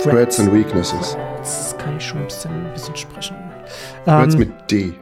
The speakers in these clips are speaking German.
Threads and Weaknesses. Das kann ich schon ein bisschen sprechen. Threads mit D.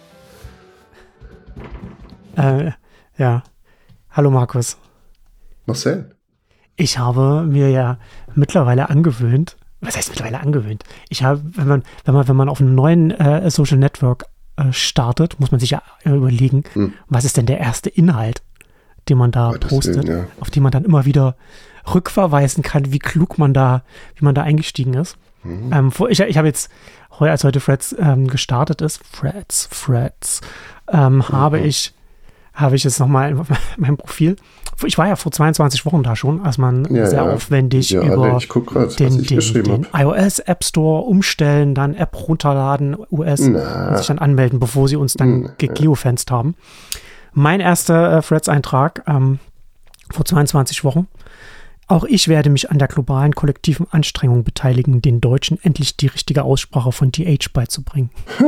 Ja. Hallo Markus. Marcel. Ich habe mir ja mittlerweile angewöhnt, was heißt mittlerweile angewöhnt? Ich habe, wenn man auf einem neuen Social Network startet, muss man sich ja überlegen, was ist denn der erste Inhalt, den man da postet, auf den man dann immer wieder rückverweisen kann, wie klug man da, wie man da eingestiegen ist. Ich habe jetzt, als heute Threads gestartet ist, Threads, habe ich jetzt nochmal in meinem Profil, ich war ja vor 22 Wochen da schon, als man sehr aufwendig über den iOS App Store umstellen, dann App runterladen, US und sich dann anmelden, bevor sie uns dann geofenced haben. Mein erster Threads-Eintrag vor 22 Wochen. Auch ich werde mich an der globalen kollektiven Anstrengung beteiligen, den Deutschen endlich die richtige Aussprache von TH beizubringen.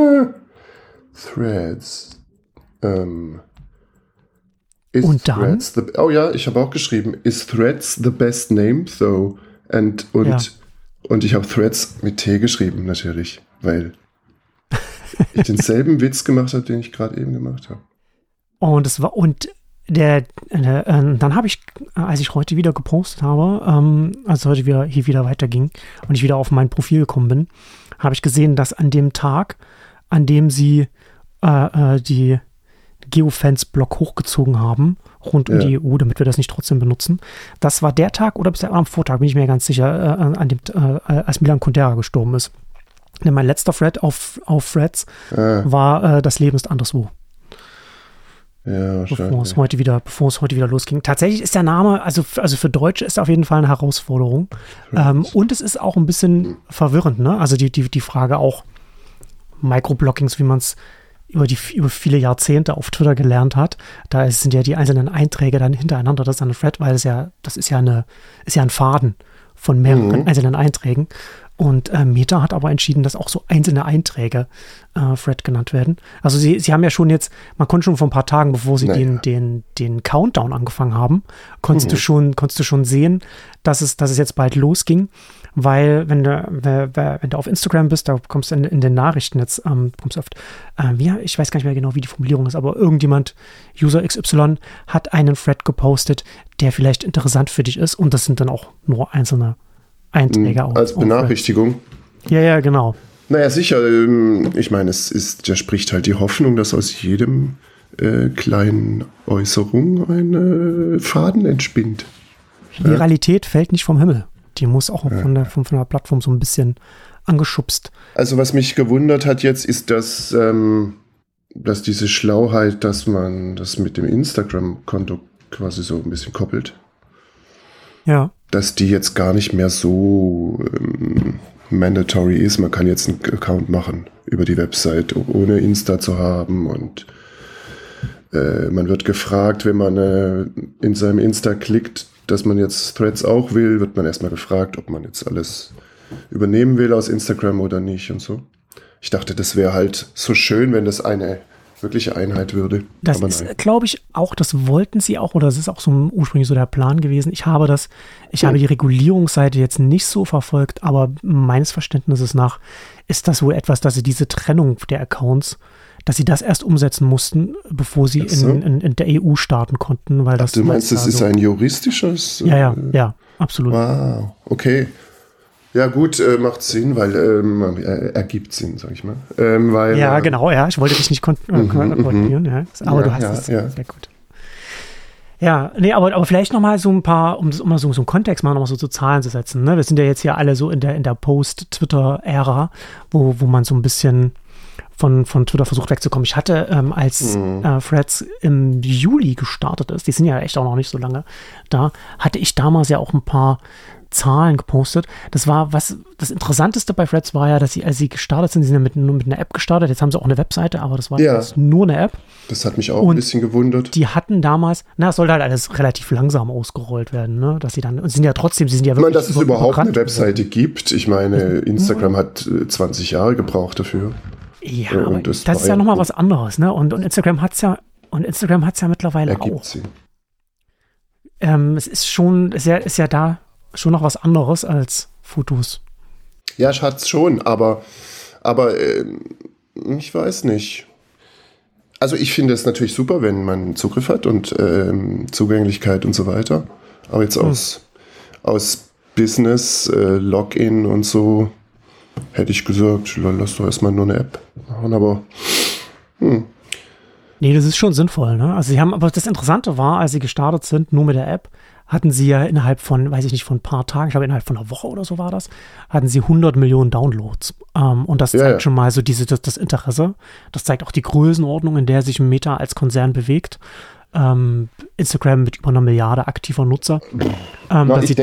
Threads. Und dann? Ich habe auch geschrieben, is Threads the best name, though? Und ich habe Threads mit T geschrieben, natürlich, weil ich denselben Witz gemacht habe, den ich gerade eben gemacht habe. Dann habe ich, als ich heute wieder gepostet habe, als heute hier wieder weiterging und ich wieder auf mein Profil gekommen bin, habe ich gesehen, dass an dem Tag, an dem sie die Geofence-Block hochgezogen haben, rund um die EU, damit wir das nicht trotzdem benutzen. Das war der Tag oder am Vortag, bin ich mir ganz sicher, als Milan Kundera gestorben ist. Denn mein letzter Thread auf Threads war das Leben ist anderswo. Ja, bevor es heute wieder losging. Tatsächlich ist der Name, also für Deutsche ist er auf jeden Fall eine Herausforderung. Und es ist auch ein bisschen verwirrend, ne? Also die Frage auch Microbloggings, wie man es über viele Jahrzehnte auf Twitter gelernt hat. Da sind ja die einzelnen Einträge dann hintereinander, das ist ein Thread, weil das ist ja ein Faden von mehreren einzelnen Einträgen. Und Meta hat aber entschieden, dass auch so einzelne Einträge Thread genannt werden. Also sie haben ja schon jetzt, man konnte schon vor ein paar Tagen, bevor sie den Countdown angefangen haben, konntest du schon sehen, dass es jetzt bald losging. Weil wenn du auf Instagram bist, da kommst du in den Nachrichten jetzt, kommst oft, ich weiß gar nicht mehr genau, wie die Formulierung ist, aber irgendjemand, User XY, hat einen Thread gepostet, der vielleicht interessant für dich ist und das sind dann auch nur einzelne Einträge als Benachrichtigung. Ja, genau. Naja, sicher. Ich meine, der spricht halt die Hoffnung, dass aus jedem kleinen Äußerung ein Faden entspinnt. Viralität fällt nicht vom Himmel. Die muss auch von der Plattform so ein bisschen angeschubst. Also was mich gewundert hat jetzt, ist, dass diese Schlauheit, dass man das mit dem Instagram-Konto quasi so ein bisschen koppelt. Ja. Dass die jetzt gar nicht mehr so mandatory ist. Man kann jetzt einen Account machen über die Website, ohne Insta zu haben. Und man wird gefragt, wenn man in seinem Insta klickt, dass man jetzt Threads auch will, wird man erstmal gefragt, ob man jetzt alles übernehmen will aus Instagram oder nicht und so. Ich dachte, das wäre halt so schön, wenn das eine wirkliche Einheit würde. Das ist, glaube ich, auch, das wollten sie auch, oder das ist auch so ursprünglich so der Plan gewesen. Ich habe die Regulierungsseite jetzt nicht so verfolgt, aber meines Verständnisses nach ist das wohl etwas, dass sie diese Trennung der Accounts, dass sie das erst umsetzen mussten, bevor sie in der EU starten konnten. Weil du meinst, das ist ein juristisches? Ja, absolut. Wow, okay. Ja gut, macht Sinn, weil ergibt Sinn, sag ich mal. Genau, ich wollte dich nicht korrigieren, aber du hast es sehr gut. Ja, nee, aber vielleicht nochmal so ein paar, um mal so einen Kontext mal nochmal so zu Zahlen zu setzen. Ne? Wir sind ja jetzt hier alle so in der Post-Twitter-Ära, wo man so ein bisschen von Twitter versucht wegzukommen. Ich hatte, als Threads im Juli gestartet ist, die sind ja echt auch noch nicht so lange da, hatte ich damals ja auch ein paar Zahlen gepostet. Das Interessanteste bei Threads war ja, dass sie, als sie gestartet sind, die sind ja nur mit einer App gestartet. Jetzt haben sie auch eine Webseite, aber das war nur eine App. Das hat mich auch ein bisschen gewundert. Die hatten damals, es sollte halt alles relativ langsam ausgerollt werden, ne? Dass sie dann, und sie sind ja wirklich. Ich meine, dass es überhaupt eine Webseite gibt. Ich meine, Instagram hat 20 Jahre gebraucht dafür. Ja, aber das ist ja nochmal was anderes, ne? Und Instagram hat's ja mittlerweile auch. Es ist ja da schon noch was anderes als Fotos Ja, hat's schon, aber ich weiß nicht. Also ich finde es natürlich super, wenn man Zugriff hat und Zugänglichkeit und so weiter. Aber jetzt aus Business, Login und so, hätte ich gesagt, lass doch erstmal nur eine App machen, aber Nee, das ist schon sinnvoll, ne? Also aber das Interessante war, als sie gestartet sind, nur mit der App, hatten sie ja innerhalb von, weiß ich nicht, von ein paar Tagen, ich glaube innerhalb von einer Woche oder so war das, hatten sie 100 Millionen Downloads. Und das zeigt schon mal so das Interesse. Das zeigt auch die Größenordnung, in der sich Meta als Konzern bewegt. Instagram mit über 1 Milliarde aktiver Nutzer. Also es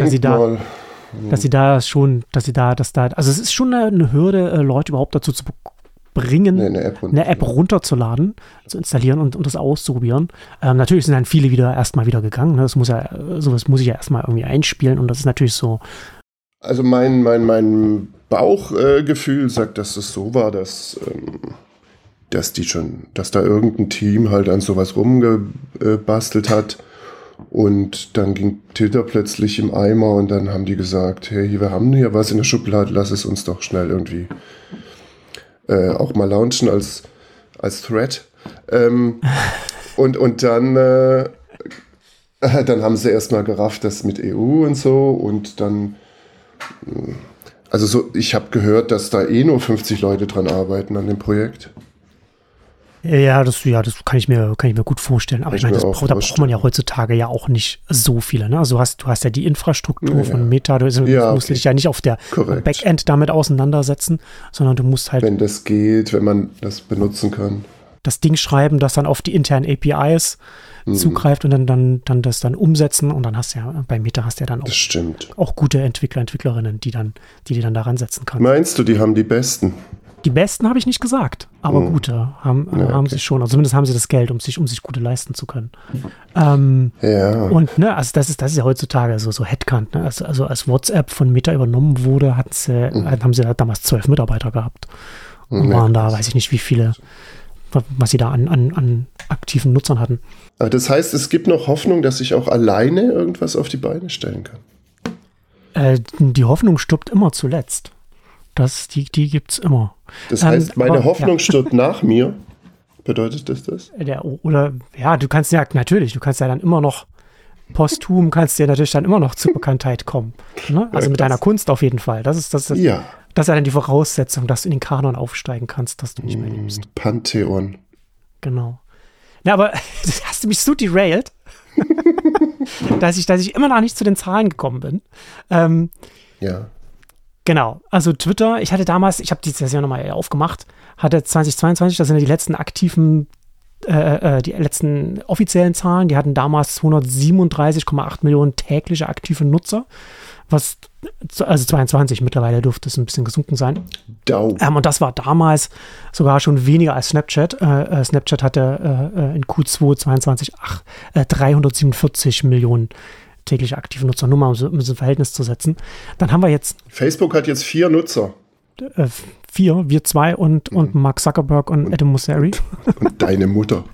ist schon eine Hürde, Leute überhaupt dazu zu bringen, eine App runterzuladen, zu installieren und das auszuprobieren. Natürlich sind dann viele erstmal wieder gegangen. Ne? Sowas muss ich ja erstmal irgendwie einspielen und das ist natürlich so. Also mein Bauchgefühl sagt, dass es so war, dass da irgendein Team halt an sowas rumgebastelt hat und dann ging Twitter plötzlich im Eimer und dann haben die gesagt, hey, wir haben hier was in der Schublade, lass es uns doch schnell irgendwie auch mal launchen als Thread. Und dann haben sie erstmal gerafft, das mit EU und so und dann ich habe gehört, dass da nur 50 Leute dran arbeiten an dem Projekt. Ja, das kann ich mir gut vorstellen. Aber ich meine, da braucht man ja heutzutage ja auch nicht so viele. Ne? Also du hast ja die Infrastruktur von Meta. Du musst dich ja nicht auf der Backend damit auseinandersetzen, sondern du musst halt. Wenn das geht, wenn man das benutzen kann. Das Ding schreiben, das dann auf die internen APIs zugreift und dann das dann umsetzen. Und dann hast du ja, bei Meta hast du ja dann auch gute Entwickler, Entwicklerinnen, die dir dann daran setzen kannst. Meinst du, die haben die Besten? Die Besten habe ich nicht gesagt, aber gute haben sie schon. Also zumindest haben sie das Geld, um sich gute leisten zu können. Und also das ist ja heutzuge so Headcount. Ne? Also als WhatsApp von Meta übernommen wurde, haben sie damals 12 Mitarbeiter gehabt. Und waren da, weiß ich nicht, wie viele, was sie da an aktiven Nutzern hatten. Aber das heißt, es gibt noch Hoffnung, dass ich auch alleine irgendwas auf die Beine stellen kann? Die Hoffnung stirbt immer zuletzt. Die gibt's immer. Das heißt, meine Hoffnung stirbt nach mir. Bedeutet das? Du kannst ja dann immer noch posthum, kannst ja natürlich dann immer noch zur Bekanntheit kommen. Ne? Also mit deiner Kunst auf jeden Fall. Das ist ja dann die Voraussetzung, dass du in den Kanon aufsteigen kannst, dass du nicht mehr lebst. Pantheon. Genau. Ja, aber hast du mich so derailed, dass ich immer noch nicht zu den Zahlen gekommen bin. Ja. Genau, also Twitter, ich habe dieses Jahr nochmal aufgemacht, hatte 2022, das sind ja die letzten die letzten offiziellen Zahlen, die hatten damals 237,8 Millionen tägliche aktive Nutzer, also 22, mittlerweile dürfte es ein bisschen gesunken sein. Und das war damals sogar schon weniger als Snapchat. Snapchat hatte in Q2 22 347 Millionen tägliche aktive Nutzer, nur mal um so ein Verhältnis zu setzen. Dann haben wir jetzt Facebook hat jetzt 4 Nutzer. 4, wir 2 und Mark Zuckerberg und Adam Mosseri. Und deine Mutter.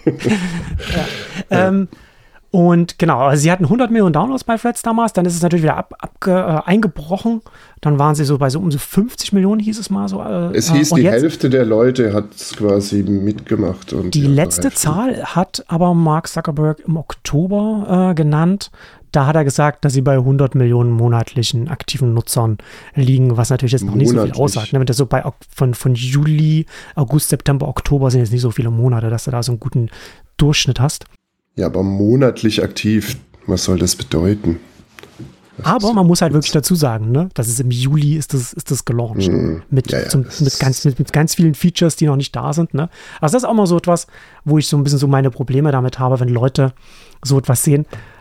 Und genau, also sie hatten 100 Millionen Downloads bei Threads damals, dann ist es natürlich wieder eingebrochen. Dann waren sie so bei um so 50 Millionen, hieß es mal so. Es hieß, die Hälfte der Leute hat es quasi mitgemacht. Und die letzte Zahl hat aber Mark Zuckerberg im Oktober genannt. Da hat er gesagt, dass sie bei 100 Millionen monatlichen aktiven Nutzern liegen, was natürlich jetzt noch nicht so viel aussagt. Wenn das so von Juli, August, September, Oktober sind jetzt nicht so viele Monate, dass du da so einen guten Durchschnitt hast. Ja, aber monatlich aktiv, was soll das bedeuten? Aber man muss halt wirklich dazu sagen, ne, dass es im Juli ist das gelauncht. Mit ganz vielen Features, die noch nicht da sind. Ne? Also das ist auch mal so etwas, wo ich so ein bisschen so meine Probleme damit habe, wenn Leute so etwas sehen.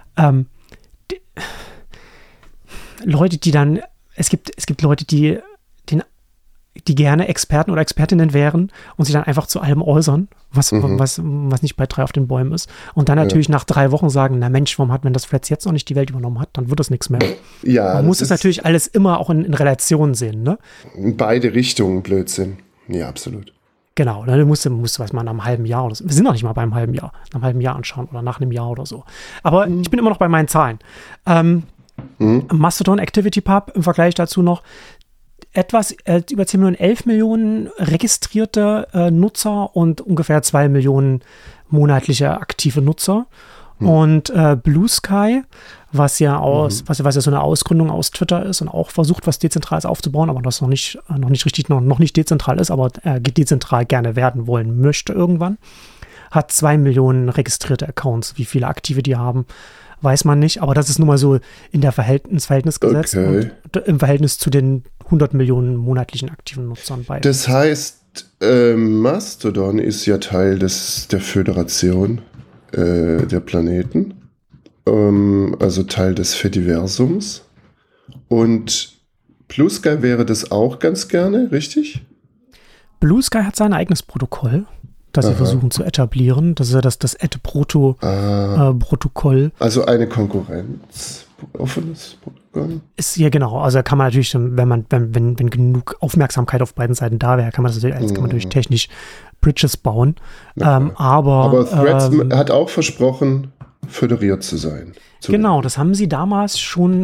Leute, die dann, es gibt Leute, die gerne Experten oder Expertinnen wären und sich dann einfach zu allem äußern, was nicht bei 3 auf den Bäumen ist. Und dann natürlich nach 3 Wochen sagen, na Mensch, wenn das Threads jetzt noch nicht die Welt übernommen hat, dann wird das nichts mehr. Ja, man muss es natürlich alles immer auch in Relation sehen, ne? In beide Richtungen Blödsinn. Ja, absolut. Genau, dann musst du was mal nach einem halben Jahr oder so. Wir sind noch nicht mal beim halben Jahr. Nach einem halben Jahr anschauen oder nach einem Jahr oder so. Aber ich bin immer noch bei meinen Zahlen. Mastodon ActivityPub im Vergleich dazu noch, über 10 Millionen, 11 Millionen registrierte Nutzer und ungefähr 2 Millionen monatliche aktive Nutzer. Und Blue Sky, was ja so eine Ausgründung aus Twitter ist und auch versucht, was Dezentrales aufzubauen, aber das noch nicht dezentral ist, aber dezentral gerne werden wollen möchte irgendwann, hat 2 Millionen registrierte Accounts. Wie viele aktive die haben, weiß man nicht, aber das ist nun mal so in der Verhältnis gesetzt und im Verhältnis zu den 100 Millionen monatlichen aktiven Nutzern bei. Das heißt, Mastodon ist ja Teil der Föderation der Planeten, also Teil des Fediversums. Und Blue Sky wäre das auch ganz gerne, richtig? Blue Sky hat sein eigenes Protokoll, das sie versuchen zu etablieren. Das ist ja das Protokoll. Also eine Konkurrenz, offenes Protokoll. Ist ja genau. Also kann man natürlich, wenn genug Aufmerksamkeit auf beiden Seiten da wäre, kann man natürlich technisch Bridges bauen. Aber Threads hat auch versprochen, föderiert zu sein. Genau, das haben sie damals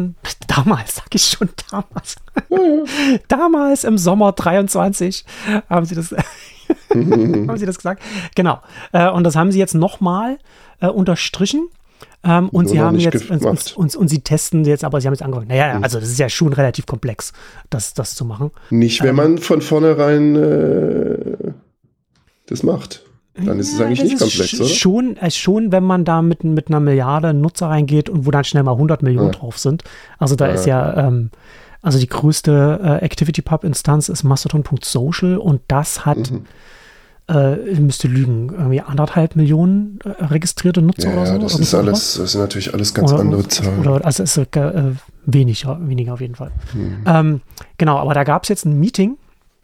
damals im Sommer 23 haben sie das haben sie das gesagt. Genau. Und das haben sie jetzt nochmal unterstrichen. Und sie haben jetzt und sie testen jetzt, aber sie haben jetzt angefangen. Naja, also das ist ja schon relativ komplex, das zu machen. Nicht, wenn man von vornherein das macht. Dann ist es eigentlich nicht komplex, oder? Schon, wenn man da mit einer Milliarde Nutzer reingeht und wo dann schnell mal 100 Millionen drauf sind. Also da ist ja, also die größte ActivityPub-Instanz ist Mastodon.social und das hat, ich müsste lügen, irgendwie 1,5 Millionen registrierte Nutzer oder so. Das ist alles, das sind natürlich alles ganz andere Zahlen. Also es ist weniger auf jeden Fall. Genau, aber da gab es jetzt ein Meeting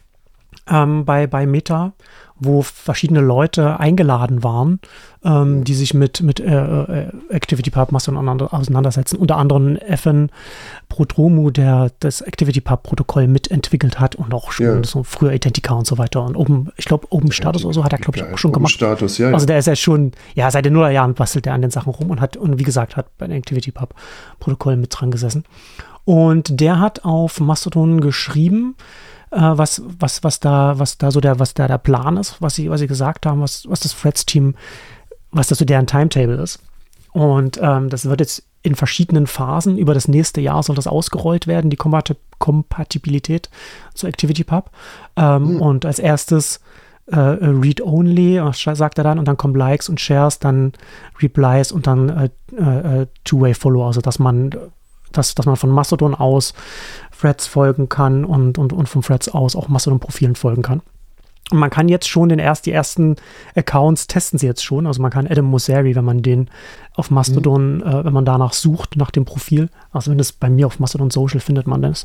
bei Meta, wo verschiedene Leute eingeladen waren, die sich mit ActivityPub Mastodon auseinandersetzen. Unter anderem Evan Prodromou, der das ActivityPub-Protokoll mitentwickelt hat und auch schon so früher Identica und so weiter. Und OpenStatus oder so hat er, glaube ich, auch schon gemacht. Status, ja. Also der ist ja schon, seit den Nullerjahren bastelt er an den Sachen rum und wie gesagt, hat bei dem ActivityPub-Protokoll mit dran gesessen. Und der hat auf Mastodon geschrieben, was da der Plan ist, was sie gesagt haben, was das Threads-Team, was das so deren Timetable ist. Und das wird jetzt in verschiedenen Phasen über das nächste Jahr soll das ausgerollt werden, die Kompatibilität zu ActivityPub. Und als erstes Read-Only, sagt er dann, und dann kommen Likes und Shares, dann Replies und dann Two-Way-Follow, also dass man von Mastodon aus Threads folgen kann und von Threads aus auch Mastodon-Profilen folgen kann. Und man kann jetzt schon die ersten Accounts testen sie jetzt schon. Also man kann Adam Mosseri, wenn man den auf Mastodon, wenn man danach sucht, nach dem Profil, also wenn es bei mir auf Mastodon Social findet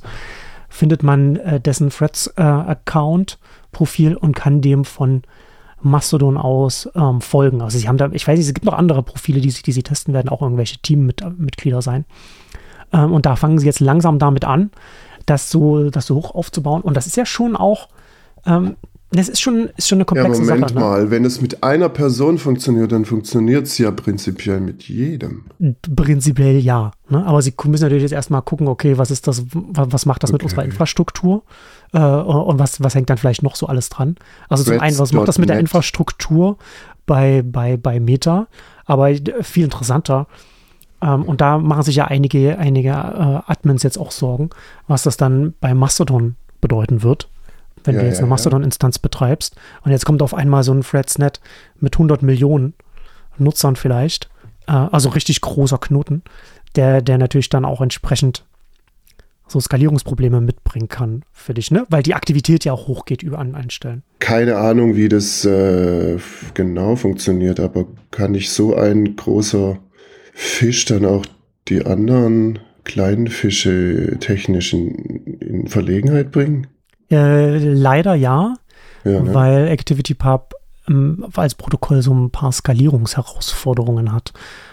man dessen Threads-Account-Profil und kann dem von Mastodon aus folgen. Also sie haben da, ich weiß nicht, es gibt noch andere Profile, die sie testen werden, auch irgendwelche Teammitglieder sein. Und da fangen sie jetzt langsam damit an, das so hoch aufzubauen. Und das ist ja schon auch, das ist schon eine komplexe Sache. Moment mal, wenn es mit einer Person funktioniert, dann funktioniert es ja prinzipiell mit jedem. Prinzipiell ja. Ne? Aber sie müssen natürlich jetzt erstmal gucken, okay, was ist das, was macht das mit unserer Infrastruktur? Und was hängt dann vielleicht noch so alles dran? Also zum einen, was macht das mit der Infrastruktur bei Meta? Aber viel interessanter, und da machen sich ja einige Admins jetzt auch Sorgen, was das dann bei Mastodon bedeuten wird, wenn du jetzt eine Mastodon-Instanz betreibst. Und jetzt kommt auf einmal so ein Threads-Net mit 100 Millionen Nutzern vielleicht, also richtig großer Knoten, der natürlich dann auch entsprechend so Skalierungsprobleme mitbringen kann für dich, ne? Weil die Aktivität ja auch hochgeht an einen Stellen. Keine Ahnung, wie das genau funktioniert, aber kann nicht so ein großer Fisch dann auch die anderen kleinen Fische technisch in Verlegenheit bringen? Leider ja, weil ActivityPub als Protokoll so ein paar Skalierungsherausforderungen hat.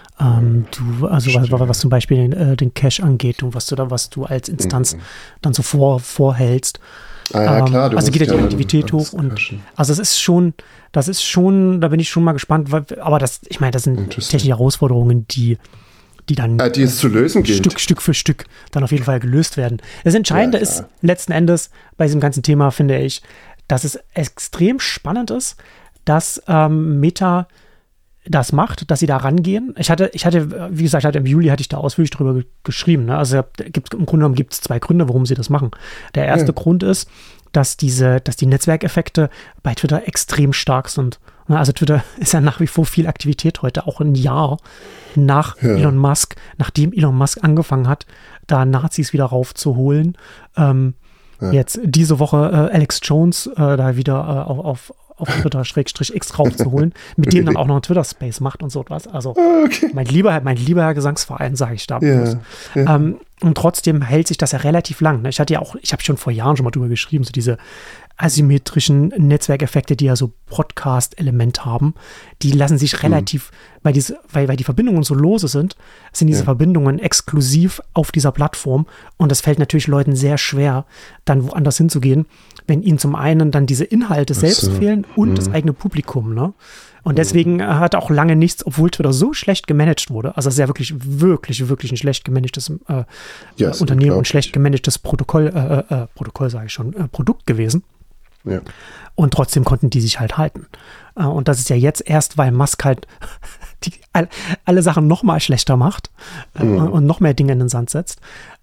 Was zum Beispiel den Cache angeht und was du als Instanz dann so vorhältst. Klar, also geht ja die Aktivität hoch und also das ist schon, da bin ich schon mal gespannt, aber das sind technische Herausforderungen, die die dann die es zu lösen gilt. Stück für Stück dann auf jeden Fall gelöst werden. Das Entscheidende ist letzten Endes bei diesem ganzen Thema, finde ich, dass es extrem spannend ist, dass Meta das macht, dass sie da rangehen. Ich hatte, wie gesagt, im Juli hatte ich da ausführlich drüber geschrieben. Ne? Also im Grunde genommen gibt es 2 Gründe, warum sie das machen. Der erste Grund ist, dass die Netzwerkeffekte bei Twitter extrem stark sind. Also Twitter ist ja nach wie vor viel Aktivität heute, auch ein Jahr nach Elon Musk, nachdem Elon Musk angefangen hat, da Nazis wieder raufzuholen. Jetzt diese Woche Alex Jones da wieder auf Twitter /X raufzuholen, mit dem dann auch noch ein Twitter-Space macht und so etwas. Also mein lieber Herr Gesangsverein, sage ich da. Und trotzdem hält sich das ja relativ lang. Ne? Ich habe schon vor Jahren schon mal drüber geschrieben, so diese asymmetrischen Netzwerkeffekte, die ja so Podcast-Element haben, die lassen sich relativ, weil die Verbindungen so lose sind diese Verbindungen exklusiv auf dieser Plattform und das fällt natürlich Leuten sehr schwer, dann woanders hinzugehen, wenn ihnen zum einen dann diese Inhalte selbst fehlen und das eigene Publikum, ne? Und deswegen hat auch lange nichts, obwohl Twitter so schlecht gemanagt wurde, also es ist ja wirklich ein schlecht gemanagtes Unternehmen und schlecht gemanagtes Protokoll sage ich schon, Produkt gewesen. Ja. Und trotzdem konnten die sich halt halten. Und das ist ja jetzt erst, weil Musk halt alle Sachen noch mal schlechter macht und noch mehr Dinge in den Sand setzt,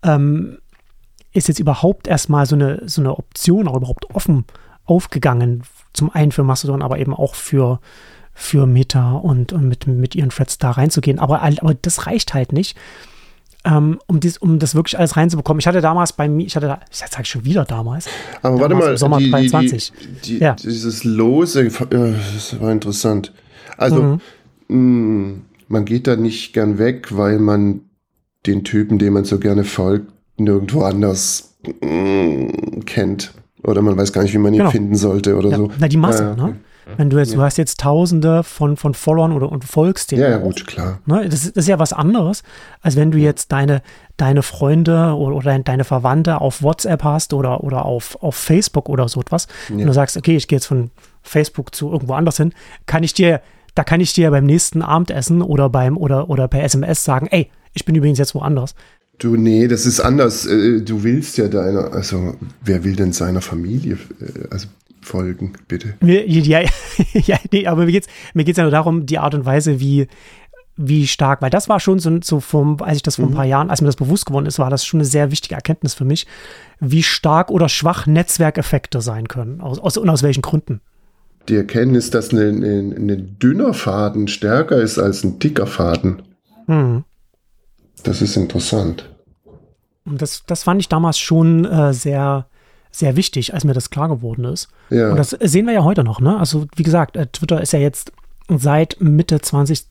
ist jetzt überhaupt erstmal so eine Option auch überhaupt offen aufgegangen. Zum einen für Mastodon, aber eben auch für Meta und mit ihren Threads da reinzugehen. Aber das reicht halt nicht, um das wirklich alles reinzubekommen. Ich hatte damals das sage ich schon wieder damals. Aber warte mal, im Sommer 23. Dieses Lose, das war interessant. Also, man geht da nicht gern weg, weil man den Typen, dem man so gerne folgt, nirgendwo anders kennt. Oder man weiß gar nicht, wie man ihn finden sollte oder so. Na, die Masse, ne? Wenn du hast jetzt Tausende von Followern und folgst denen. Ja, gut, klar. Ne? Das ist ja was anderes, als wenn du jetzt deine Freunde oder deine Verwandte auf WhatsApp hast oder auf Facebook oder so etwas. Ja. Und du sagst, okay, ich gehe jetzt von Facebook zu irgendwo anders hin, kann ich dir beim nächsten Abendessen oder per SMS sagen, ey, ich bin übrigens jetzt woanders. Du, nee, das ist anders. Du willst ja wer will denn seiner Familie folgen, bitte? Nee, aber mir geht's ja nur darum, die Art und Weise, wie stark, weil das war schon als ich das vor ein paar Jahren, als mir das bewusst geworden ist, war das schon eine sehr wichtige Erkenntnis für mich, wie stark oder schwach Netzwerkeffekte sein können, aus welchen Gründen. Die Erkenntnis, dass ein dünner Faden stärker ist als ein dicker Faden. Das ist interessant. Und das fand ich damals schon sehr, sehr wichtig, als mir das klar geworden ist. Ja. Und das sehen wir ja heute noch, ne? Also wie gesagt, Twitter ist ja jetzt seit Mitte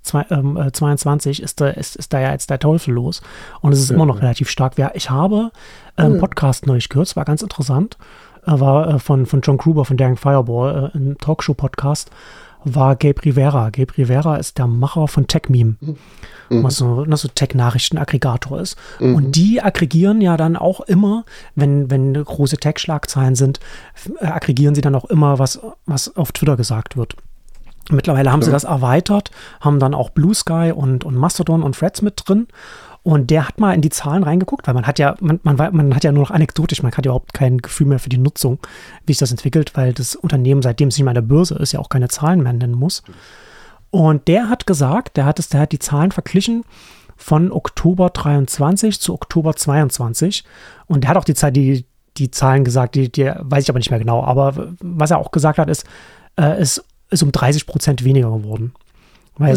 2022 ist da ja jetzt der Teufel los. Und es ist immer noch relativ stark. Ich habe einen Podcast neulich gehört, es war ganz interessant. War von John Gruber, von Daring Fireball, ein Talkshow-Podcast, war Gabe Rivera. Gabe Rivera ist der Macher von TechMeme, was so Tech-Nachrichtenaggregator ist. Und die aggregieren ja dann auch immer, wenn große Tech-Schlagzeilen sind, aggregieren sie dann auch immer, was auf Twitter gesagt wird. Mittlerweile haben sie das erweitert, haben dann auch Blue Sky und Mastodon und Threads mit drin. Und der hat mal in die Zahlen reingeguckt, weil man hat ja nur noch anekdotisch, man hat ja überhaupt kein Gefühl mehr für die Nutzung, wie sich das entwickelt, weil das Unternehmen, seitdem es nicht mehr an der Börse ist, ja auch keine Zahlen mehr nennen muss. Und der hat gesagt, der hat die Zahlen verglichen von Oktober 23 zu Oktober 22. Und der hat auch die Zahlen gesagt, die weiß ich aber nicht mehr genau. Aber was er auch gesagt hat, ist, es ist um 30% weniger geworden. Weil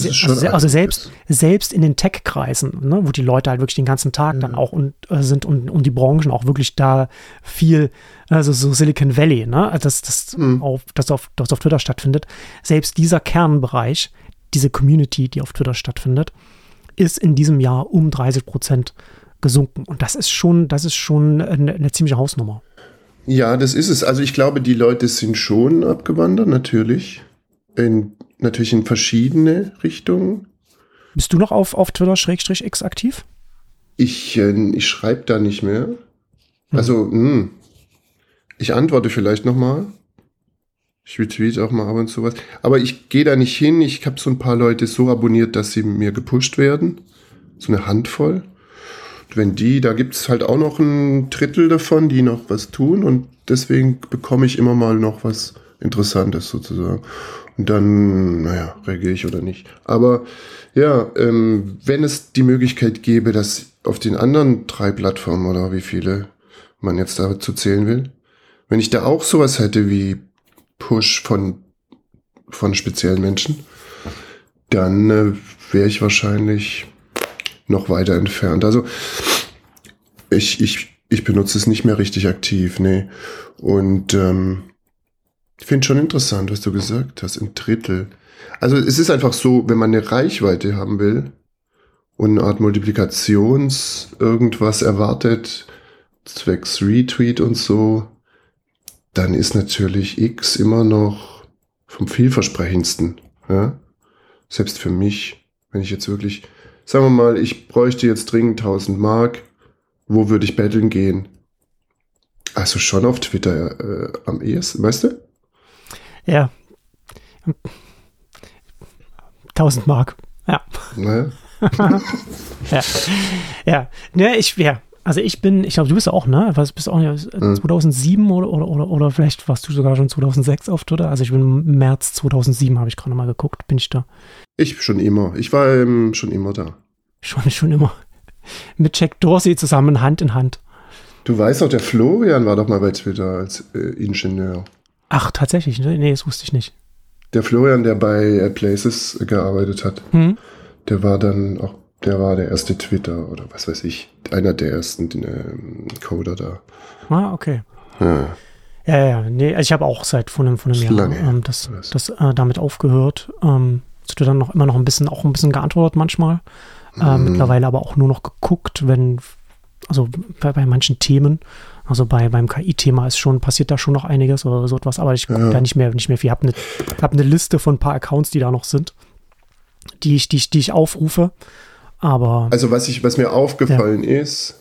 selbst in den Tech-Kreisen, ne, wo die Leute halt wirklich den ganzen Tag dann auch sind und die Branchen auch wirklich da viel, also so Silicon Valley, ne, das auf Twitter stattfindet, selbst dieser Kernbereich, diese Community, die auf Twitter stattfindet, ist in diesem Jahr um 30% gesunken. Und das ist schon eine ziemliche Hausnummer. Ja, das ist es. Also ich glaube, die Leute sind schon abgewandert, natürlich. Natürlich in verschiedene Richtungen. Bist du noch auf Twitter/X aktiv? Ich schreibe da nicht mehr. Also, ich antworte vielleicht nochmal. Ich retweete auch mal ab und zu was. Aber ich gehe da nicht hin. Ich habe so ein paar Leute so abonniert, dass sie mir gepusht werden. so eine Handvoll. Und wenn da gibt es halt auch noch ein Drittel davon, die noch was tun und deswegen bekomme ich immer mal noch was Interessantes sozusagen. Und dann, reagiere ich oder nicht. Aber ja, wenn es die Möglichkeit gäbe, dass auf den anderen 3 Plattformen oder wie viele man jetzt dazu zählen will, wenn ich da auch sowas hätte wie Push von speziellen Menschen, dann wäre ich wahrscheinlich noch weiter entfernt. Also ich benutze es nicht mehr richtig aktiv, nee. Und ich finde schon interessant, was du gesagt hast, ein Drittel. Also es ist einfach so, wenn man eine Reichweite haben will und eine Art Multiplikations-irgendwas erwartet, zwecks Retweet und so, dann ist natürlich X immer noch vom vielversprechendsten. Ja? Selbst für mich, wenn ich jetzt wirklich, sagen wir mal, ich bräuchte jetzt dringend 1000 Mark, wo würde ich betteln gehen? Also schon auf Twitter am ehesten, weißt du? Ja. 1000 Mark. Ja. Naja. Ja. Also ich glaube, du bist auch, ne? Bist auch 2007 oder vielleicht warst du sogar schon 2006 auf Twitter. Also ich bin im März 2007, habe ich gerade mal geguckt, bin ich da. Ich schon immer. Ich war schon immer da. Schon immer. Mit Jack Dorsey zusammen, Hand in Hand. Du weißt doch, der Florian war doch mal bei Twitter als Ingenieur. Ach, tatsächlich? Nee, das wusste ich nicht. Der Florian, der bei Places gearbeitet hat, der war dann auch, der war der erste Twitter oder was weiß ich, einer der ersten Coder da. Ah, okay. Ja, nee, also ich habe auch seit von einem Jahr das damit aufgehört. Zu dann immer noch ein bisschen geantwortet manchmal. Mittlerweile aber auch nur noch geguckt, also bei manchen Themen, also beim KI-Thema passiert da schon noch einiges oder so etwas, aber ich gucke da nicht mehr viel. Ich habe eine Liste von ein paar Accounts, die da noch sind, die ich aufrufe, aber... Also was mir aufgefallen ist,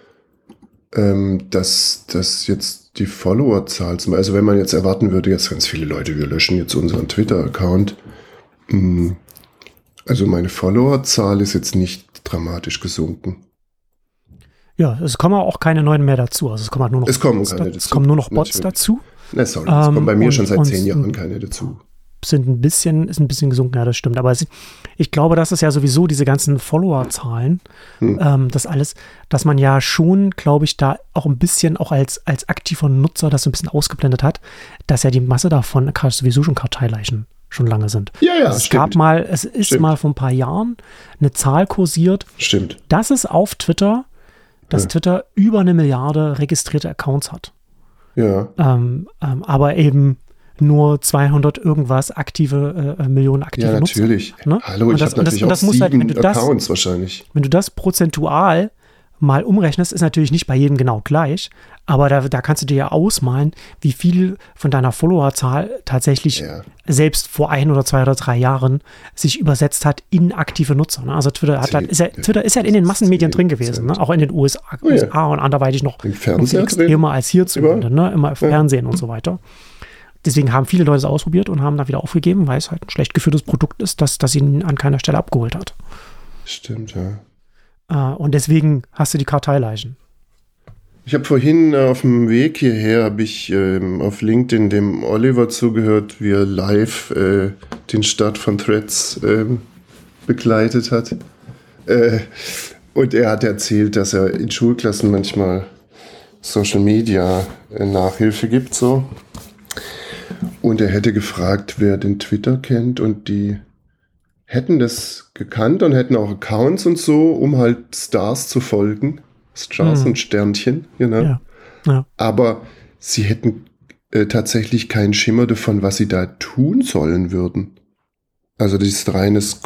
dass jetzt die Followerzahl, also wenn man jetzt erwarten würde, jetzt ganz viele Leute, wir löschen jetzt unseren Twitter-Account, also meine Followerzahl ist jetzt nicht dramatisch gesunken. Ja, es kommen auch keine neuen mehr dazu. Also es kommen nur noch es kommen nur noch Bots dazu. Ne, sorry, es kommen bei mir schon seit 10 Jahren keine dazu. Ist ein bisschen gesunken, ja, das stimmt. Aber ich glaube, das ist ja sowieso diese ganzen Follower-Zahlen, das alles, dass man ja schon, glaube ich, da auch ein bisschen auch als aktiver Nutzer das so ein bisschen ausgeblendet hat, dass ja die Masse davon sowieso schon Karteileichen schon lange sind. Ja, also es ist mal vor ein paar Jahren eine Zahl kursiert, dass es auf Twitter, Twitter über 1 Milliarde registrierte Accounts hat. Ja. Aber eben nur 200 irgendwas Millionen aktive Nutzer. Ja, natürlich. Ne? Hallo, ich habe natürlich auch 7 Accounts wahrscheinlich. Wenn du das prozentual mal umrechnest, ist natürlich nicht bei jedem genau gleich, aber da kannst du dir ja ausmalen, wie viel von deiner Followerzahl tatsächlich selbst vor 1 oder 2 oder 3 Jahren sich übersetzt hat in aktive Nutzer. Ne? Also Twitter ist ja in den Massenmedien drin gewesen, ne? Auch in den USA und anderweitig noch extremer als hierzulande, ne? Immer im Fernsehen und so weiter. Deswegen haben viele Leute es ausprobiert und haben da wieder aufgegeben, weil es halt ein schlecht geführtes Produkt ist, das ihn an keiner Stelle abgeholt hat. Stimmt, ja. Und deswegen hast du die Karteileichen. Ich habe vorhin auf dem Weg hierher, auf LinkedIn dem Oliver zugehört, wie er live den Start von Threads begleitet hat. Und er hat erzählt, dass er in Schulklassen manchmal Social Media Nachhilfe gibt, so. Und er hätte gefragt, wer den Twitter kennt, und die hätten das gekannt und hätten auch Accounts und so, um halt Stars zu folgen. Stars und Sternchen, genau. Ja. Aber sie hätten tatsächlich keinen Schimmer davon, was sie da tun sollen würden. Also das ist reines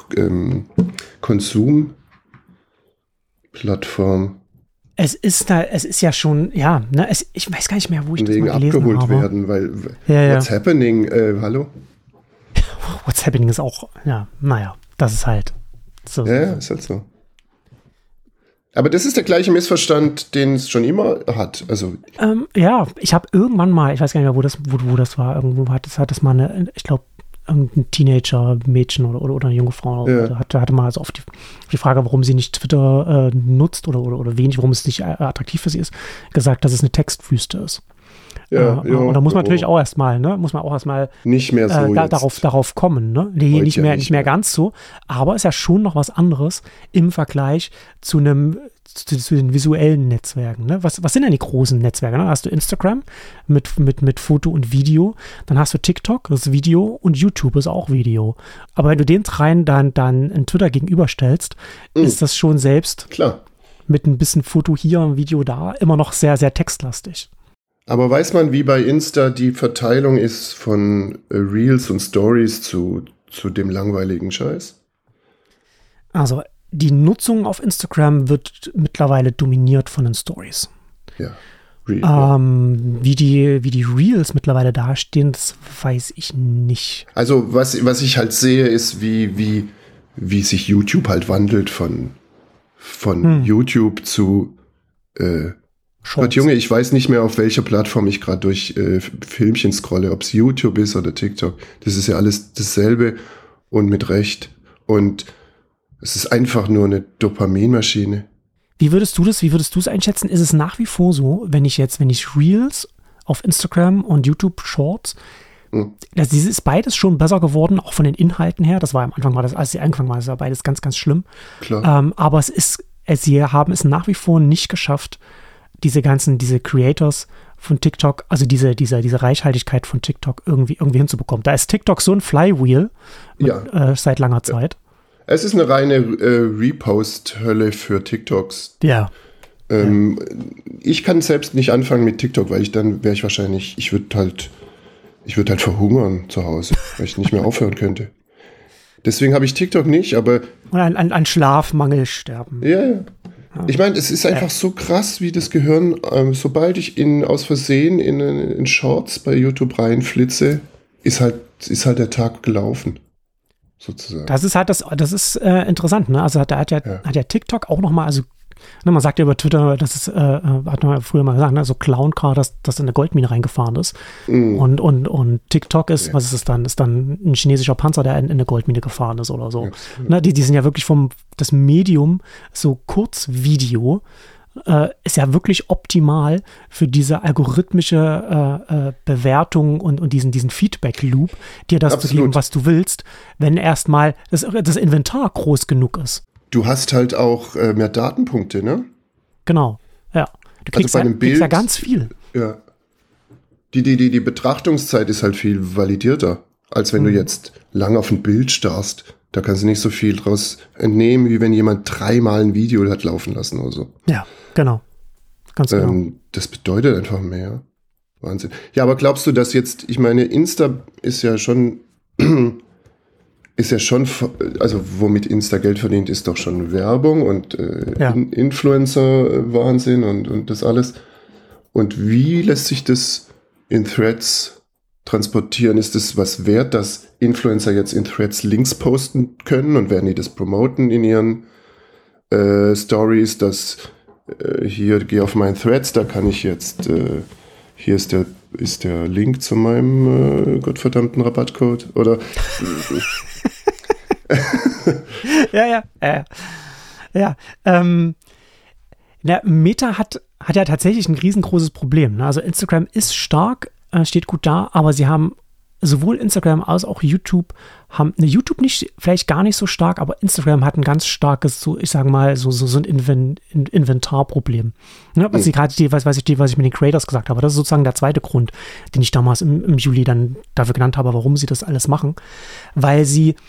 Konsumplattform. Es ist ja schon, ich weiß gar nicht mehr, wo ich das mal gelesen habe. Wegen abgeholt werden, weil what's happening, hallo? What's happening ist auch, das ist halt so. Ja, ist halt so. Aber das ist der gleiche Missverstand, den es schon immer hat. Also ich habe irgendwann mal, ich weiß gar nicht mehr, wo das war, irgendwo hat das mal ich glaube, irgendein Teenager-Mädchen oder eine junge Frau hatte mal so oft die Frage, warum sie nicht Twitter nutzt oder wenig, warum es nicht attraktiv für sie ist, gesagt, dass es eine Textwüste ist. Und da muss man natürlich auch erstmal, nicht mehr so darauf kommen, ne? Nee, nicht mehr ganz so, aber ist ja schon noch was anderes im Vergleich zu den visuellen Netzwerken, ne? Was sind denn die großen Netzwerke? Ne? Hast du Instagram mit Foto und Video, dann hast du TikTok, das ist Video, und YouTube ist auch Video. Aber wenn du den dreien dann in Twitter gegenüberstellst, ist das schon selbst mit ein bisschen Foto hier, ein Video da, immer noch sehr, sehr textlastig. Aber weiß man, wie bei Insta die Verteilung ist von Reels und Stories zu dem langweiligen Scheiß? Also die Nutzung auf Instagram wird mittlerweile dominiert von den Stories. Ja. Wie die Reels mittlerweile dastehen, das weiß ich nicht. Also was ich halt sehe, ist, wie sich YouTube halt wandelt von YouTube zu Gott, Junge, ich weiß nicht mehr, auf welcher Plattform ich gerade durch Filmchen scrolle, ob es YouTube ist oder TikTok. Das ist ja alles dasselbe und mit Recht. Und es ist einfach nur eine Dopaminmaschine. Wie würdest du es einschätzen? Ist es nach wie vor so, wenn ich Reels auf Instagram und YouTube Shorts, das ist beides schon besser geworden, auch von den Inhalten her. Das war am Anfang, als sie angefangen war, das war beides ganz, ganz schlimm. Klar. Aber sie haben es nach wie vor nicht geschafft, diese Creators von TikTok, also diese Reichhaltigkeit von TikTok irgendwie hinzubekommen. Da ist TikTok so ein Flywheel seit langer Zeit. Es ist eine reine Repost-Hölle für TikToks. Ja. Ich kann selbst nicht anfangen mit TikTok, weil ich würde halt verhungern zu Hause, weil ich nicht mehr aufhören könnte. Deswegen habe ich TikTok nicht, aber... Und an Schlafmangel sterben. Ja. Ich meine, es ist einfach so krass, wie das Gehirn, sobald ich aus Versehen in Shorts bei YouTube reinflitze, ist halt der Tag gelaufen, sozusagen. Das ist interessant, ne? Also hat ja TikTok auch nochmal, also man sagt ja über Twitter, das ist, hat man früher mal gesagt, ne? So Clown-Car, das in eine Goldmine reingefahren ist. Und TikTok ist, was ist es dann? Ist dann ein chinesischer Panzer, der in eine Goldmine gefahren ist oder so. Ne? Die sind ja wirklich das Medium, so Kurzvideo, ist ja wirklich optimal für diese algorithmische Bewertung und diesen Feedback-Loop, dir das zu geben, was du willst, wenn erstmal das Inventar groß genug ist. Du hast halt auch mehr Datenpunkte, ne? Genau, ja. Du kriegst, also bei einem Bild, kriegst ja ganz viel. Ja. Die Betrachtungszeit ist halt viel validierter, als wenn du jetzt lang auf ein Bild starrst. Da kannst du nicht so viel draus entnehmen, wie wenn jemand 3-mal ein Video hat laufen lassen oder so. Ja, genau. Ganz genau. Das bedeutet einfach mehr. Wahnsinn. Ja, aber glaubst du, dass jetzt, ich meine, Insta ist ja schon, also womit Insta Geld verdient, ist doch schon Werbung und Influencer-Wahnsinn und das alles. Und wie lässt sich das in Threads transportieren? Ist es was wert, dass Influencer jetzt in Threads Links posten können und werden die das promoten in ihren Stories, dass hier, geh auf meinen Threads, da kann ich jetzt, hier ist der Link zu meinem gottverdammten Rabattcode, oder? Ja. Meta hat ja tatsächlich ein riesengroßes Problem. Ne? Also Instagram ist stark, steht gut da, aber sie haben sowohl Instagram als auch YouTube YouTube nicht, vielleicht gar nicht so stark, aber Instagram hat ein ganz starkes, so ich sage mal, so ein Inventarproblem. Ne? Was ich mit den Creators gesagt habe, das ist sozusagen der zweite Grund, den ich damals im Juli dann dafür genannt habe, warum sie das alles machen. Weil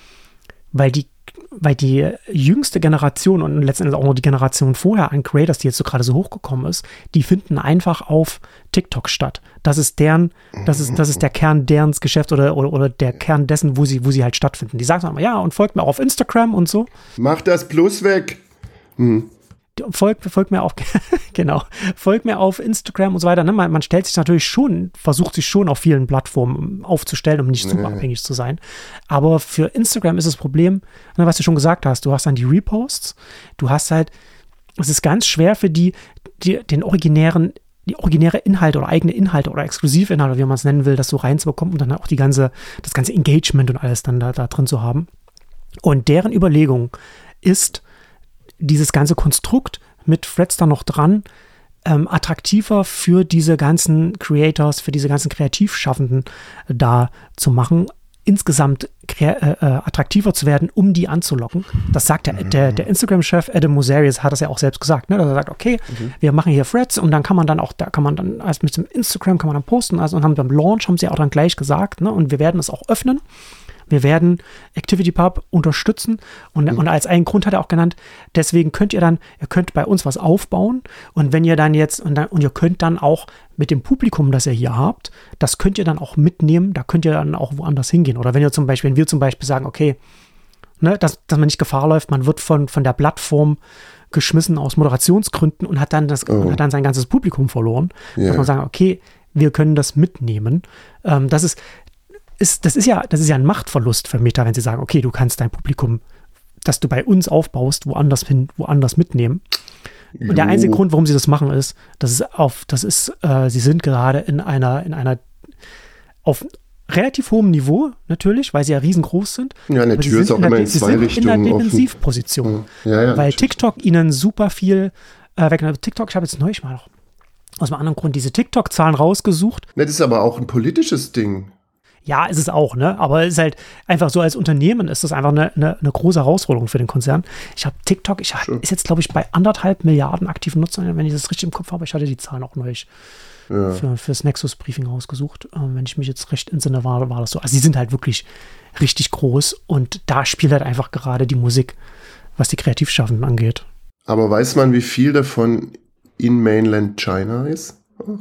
die jüngste Generation und letztendlich auch noch die Generation vorher an Creators, die jetzt so gerade so hochgekommen ist, die finden einfach auf TikTok statt. Das ist der Kern derens Geschäft oder der Kern dessen, wo sie halt stattfinden. Die sagen dann immer, ja, und folgt mir auch auf Instagram und so. Mach das Plus weg. Folgt mir auf, genau, folgt mir auf Instagram und so weiter. Ne? Man stellt sich natürlich schon, versucht sich schon auf vielen Plattformen aufzustellen, um nicht super abhängig zu sein. Aber für Instagram ist das Problem, ne, was du schon gesagt hast, du hast dann die Reposts, du hast halt, es ist ganz schwer für den originären die originäre Inhalte oder eigene Inhalte oder Exklusivinhalte, wie man es nennen will, das so reinzubekommen und dann auch das ganze Engagement und alles dann da drin zu haben. Und deren Überlegung ist, dieses ganze Konstrukt mit Threads da noch dran, attraktiver für diese ganzen Creators, für diese ganzen Kreativschaffenden da zu machen, insgesamt attraktiver zu werden, um die anzulocken. Das sagt der Instagram-Chef Adam Mosserius, hat das ja auch selbst gesagt, ne? Dass er sagt, okay, wir machen hier Threads und dann kann man dann also mit dem Instagram kann man dann posten, also und beim Launch haben sie auch dann gleich gesagt, ne? Und wir werden es auch öffnen. Wir werden ActivityPub unterstützen und als einen Grund hat er auch genannt, deswegen ihr könnt bei uns was aufbauen und wenn ihr dann jetzt und ihr könnt dann auch mit dem Publikum, das ihr hier habt, das könnt ihr dann auch mitnehmen, da könnt ihr dann auch woanders hingehen. Oder wenn wir zum Beispiel sagen, okay, ne, dass man nicht Gefahr läuft, man wird von der Plattform geschmissen aus Moderationsgründen und hat dann sein ganzes Publikum verloren, dass man sagen, okay, wir können das mitnehmen. Das ist ja ein Machtverlust für Meta, wenn sie sagen, okay, du kannst dein Publikum, das du bei uns aufbaust, woanders mitnehmen. Und der einzige Grund, warum sie das machen, ist, sie sind gerade in einer auf relativ hohem Niveau, natürlich, weil sie ja riesengroß sind. Ja, eine Tür ist auch immer in zwei Richtungen offen. In der Defensivposition. Ja, weil TikTok ihnen super viel wegnimmt. TikTok, ich habe jetzt neulich mal noch aus einem anderen Grund diese TikTok-Zahlen rausgesucht. Das ist aber auch ein politisches Ding. Ja, ist es auch, ne? Aber es ist halt einfach so, als Unternehmen ist das einfach eine große Herausforderung für den Konzern. Ich habe TikTok, ist jetzt, glaube ich, bei 1,5 Milliarden aktiven Nutzern, wenn ich das richtig im Kopf habe. Ich hatte die Zahlen auch neulich fürs Nexus-Briefing rausgesucht. Wenn ich mich jetzt recht entsinne, war das so. Also, die sind halt wirklich richtig groß und da spielt halt einfach gerade die Musik, was die Kreativschaffenden angeht. Aber weiß man, wie viel davon in Mainland China ist?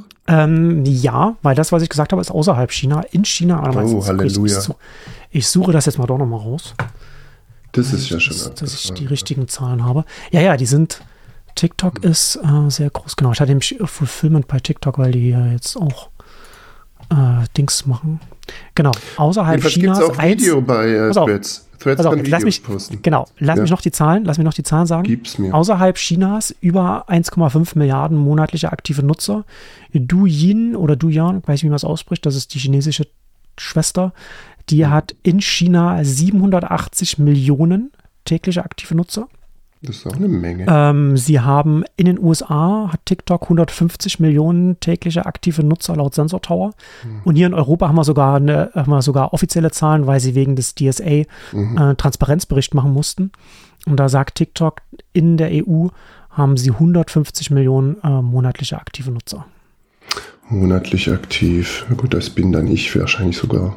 Ja, weil das, was ich gesagt habe, ist außerhalb China. In China. Oh, Halleluja. Ich suche das jetzt mal doch nochmal raus. Das ist ja schon. Dass ich die richtigen Zahlen habe. Ja, die sind. TikTok ist sehr groß. Genau, ich hatte nämlich Fulfillment bei TikTok, weil die ja jetzt auch Dings machen. Genau, außerhalb Chinas. Gibt es auch Video bei Threads. Threads kann Videos posten. Genau, lass mich noch die Zahlen sagen. Gib's mir. Außerhalb Chinas über 1,5 Milliarden monatliche aktive Nutzer. Douyin, weiß ich, wie man es ausspricht, das ist die chinesische Schwester, die hat in China 780 Millionen tägliche aktive Nutzer. Das ist auch eine Menge. Sie haben in den USA, hat TikTok 150 Millionen tägliche aktive Nutzer laut Sensor Tower. Und hier in Europa haben wir sogar offizielle Zahlen, weil sie wegen des DSA Transparenzbericht machen mussten. Und da sagt TikTok, in der EU haben sie 150 Millionen monatliche aktive Nutzer. Monatlich aktiv. Gut, das bin dann ich wahrscheinlich sogar.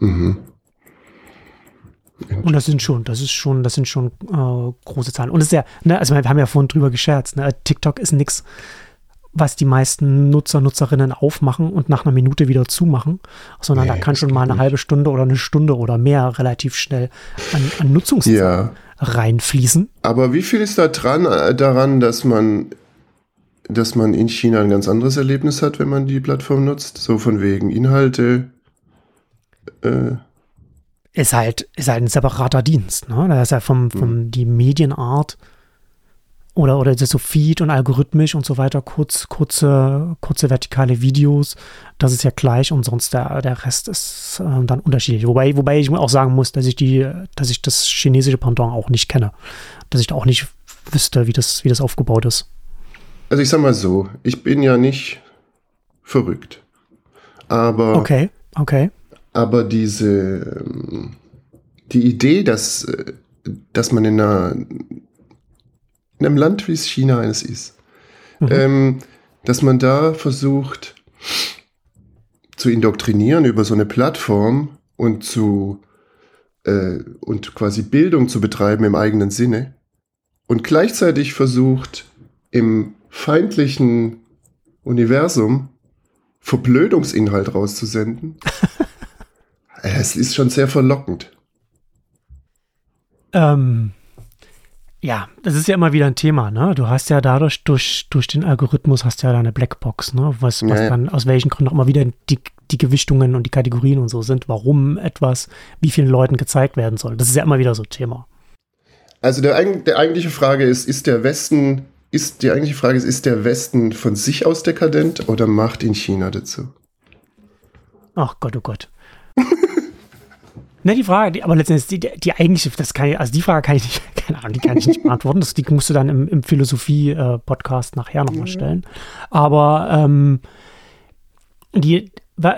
Und das sind schon große Zahlen. Und es ist ja, ne, also wir haben ja vorhin drüber gescherzt, ne, TikTok ist nichts, was die meisten Nutzerinnen aufmachen und nach einer Minute wieder zumachen, sondern da kann schon mal eine halbe Stunde oder eine Stunde oder mehr relativ schnell an Nutzungszeit reinfließen. Aber wie viel ist da daran, dass man in China ein ganz anderes Erlebnis hat, wenn man die Plattform nutzt? So von wegen Inhalte, Ist halt ein separater Dienst, ne? Da ist ja die Medienart oder das ist so Feed und algorithmisch und so weiter, kurze vertikale Videos, das ist ja gleich und sonst der Rest ist dann unterschiedlich. Wobei ich auch sagen muss, dass ich das chinesische Pendant auch nicht kenne, dass ich da auch nicht wüsste, wie das aufgebaut ist. Also ich sag mal so, ich bin ja nicht verrückt, aber Okay. Aber die Idee, dass man in einem Land, wie es China eines ist, dass man da versucht zu indoktrinieren über so eine Plattform und quasi Bildung zu betreiben im eigenen Sinne und gleichzeitig versucht, im feindlichen Universum Verblödungsinhalt rauszusenden. Es ist schon sehr verlockend. Ja, das ist ja immer wieder ein Thema, ne? Du hast ja dadurch, durch den Algorithmus hast du ja deine Blackbox, ne? Was dann aus welchen Gründen auch immer wieder die Gewichtungen und die Kategorien und so sind, warum etwas, wie vielen Leuten gezeigt werden soll. Das ist ja immer wieder so ein Thema. Also der eigentliche Frage ist der Westen die eigentliche Frage ist der Westen von sich aus dekadent oder macht ihn China dazu? Ach Gott, oh Gott. Ne, die Frage, aber letztendlich die eigentliche, die Frage kann ich nicht, keine Ahnung, die kann ich nicht beantworten. Die musst du dann im Philosophie-Podcast nachher nochmal stellen. Aber die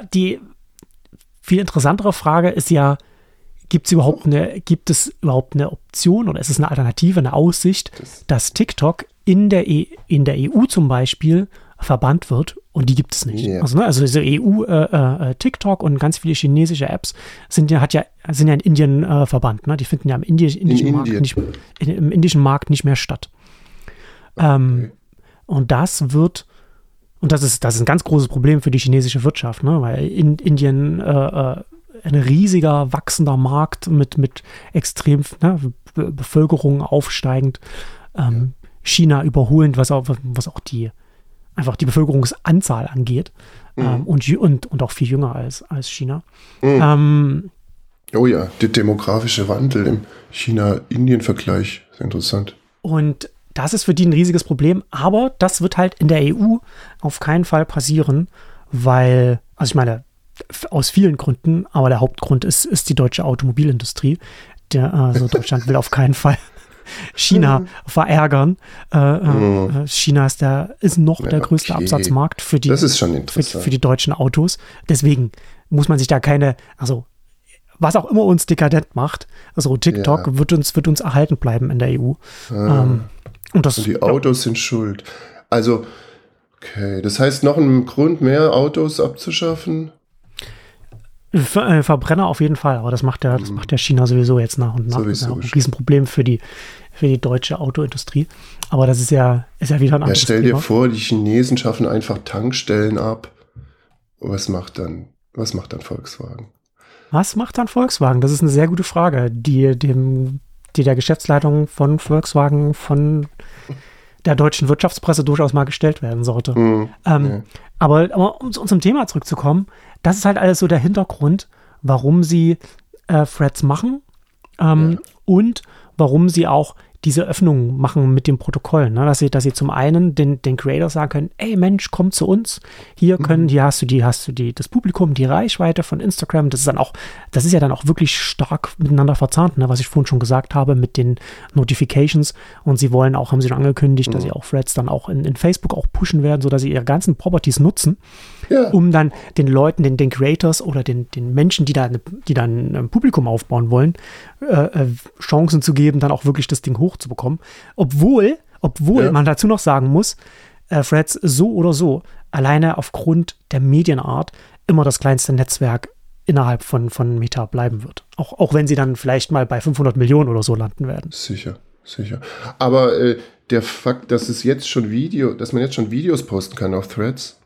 viel interessantere Frage ist ja, gibt es überhaupt eine Option oder ist es eine Alternative, eine Aussicht, dass TikTok in der EU zum Beispiel verbannt wird? Und die gibt es nicht. Yeah. Also diese EU, TikTok und ganz viele chinesische Apps sind ja in Indien verbannt. Ne? Die finden ja im indischen Markt nicht mehr statt. Okay. Und das ist ein ganz großes Problem für die chinesische Wirtschaft, ne? Weil in Indien ein riesiger, wachsender Markt mit extrem Bevölkerung aufsteigend, China überholend, was auch die Bevölkerungsanzahl angeht, und auch viel jünger als China. Oh ja, der demografische Wandel im China-Indien-Vergleich ist interessant. Und das ist für die ein riesiges Problem, aber das wird halt in der EU auf keinen Fall passieren, weil, also ich meine, aus vielen Gründen, aber der Hauptgrund ist die deutsche Automobilindustrie. Deutschland will auf keinen Fall China verärgern. China ist noch der größte Absatzmarkt für die deutschen Autos. Deswegen muss man sich da was auch immer uns dekadent macht, also TikTok wird uns erhalten bleiben in der EU. Und die Autos sind schuld. Also, okay, das heißt noch ein Grund mehr, Autos abzuschaffen? Verbrenner auf jeden Fall, aber das macht ja China sowieso jetzt nach und nach. Das ist ja auch ein Riesenproblem für die deutsche Autoindustrie. Aber das ist ja wieder ein anderes Thema. Stell dir vor, die Chinesen schaffen einfach Tankstellen ab. Was macht dann Volkswagen? Was macht dann Volkswagen? Das ist eine sehr gute Frage, die der Geschäftsleitung von Volkswagen von der deutschen Wirtschaftspresse durchaus mal gestellt werden sollte. Aber um zum Thema zurückzukommen, das ist halt alles so der Hintergrund, warum sie Threads machen und warum sie auch diese Öffnung machen mit dem Protokoll, ne? Dass sie zum einen den Creators sagen können, ey Mensch, komm zu uns, hier hast du das Publikum, die Reichweite von Instagram, das ist ja dann auch wirklich stark miteinander verzahnt, ne? Was ich vorhin schon gesagt habe mit den Notifications, und sie haben sie schon angekündigt, dass sie auch Threads dann auch in Facebook auch pushen werden, sodass sie ihre ganzen Properties nutzen, um dann den Leuten, den Creators oder den Menschen, die dann ein Publikum aufbauen wollen, Chancen zu geben, dann auch wirklich das Ding hochzubekommen. Obwohl man dazu noch sagen muss, Threads so oder so alleine aufgrund der Medienart immer das kleinste Netzwerk innerhalb von Meta bleiben wird. Auch wenn sie dann vielleicht mal bei 500 Millionen oder so landen werden. Sicher. Aber der Fakt, dass man jetzt schon Videos posten kann auf Threads,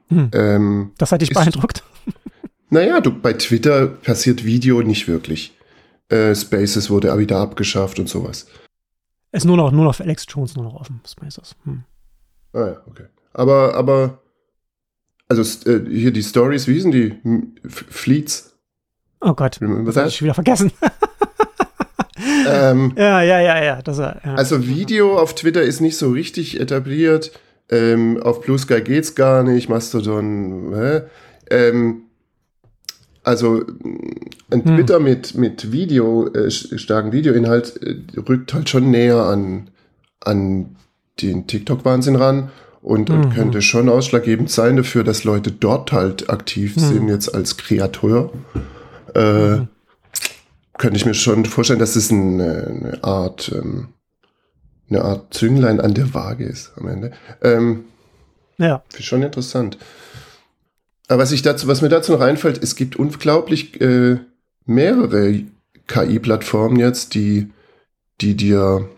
das hat dich beeindruckt? Naja, bei Twitter passiert Video nicht wirklich. Spaces wurde wieder abgeschafft und sowas. Ist nur noch für Alex Jones nur noch offen, Spaces. Ah ja, okay. Aber also hier die Stories, wie hießen die? Fleets? Oh Gott, das habe ich wieder vergessen. Ja. Also Video auf Twitter ist nicht so richtig etabliert. Auf Blue Sky geht's gar nicht. Mastodon, also ein Twitter mit starken Videoinhalt rückt halt schon näher an den TikTok-Wahnsinn ran und könnte schon ausschlaggebend sein dafür, dass Leute dort halt aktiv sind, jetzt als Kreator. Könnte ich mir schon vorstellen, dass es eine Art Zünglein an der Waage ist am Ende. Schon interessant. Aber was mir dazu noch einfällt, es gibt unglaublich mehrere KI-Plattformen jetzt, die dir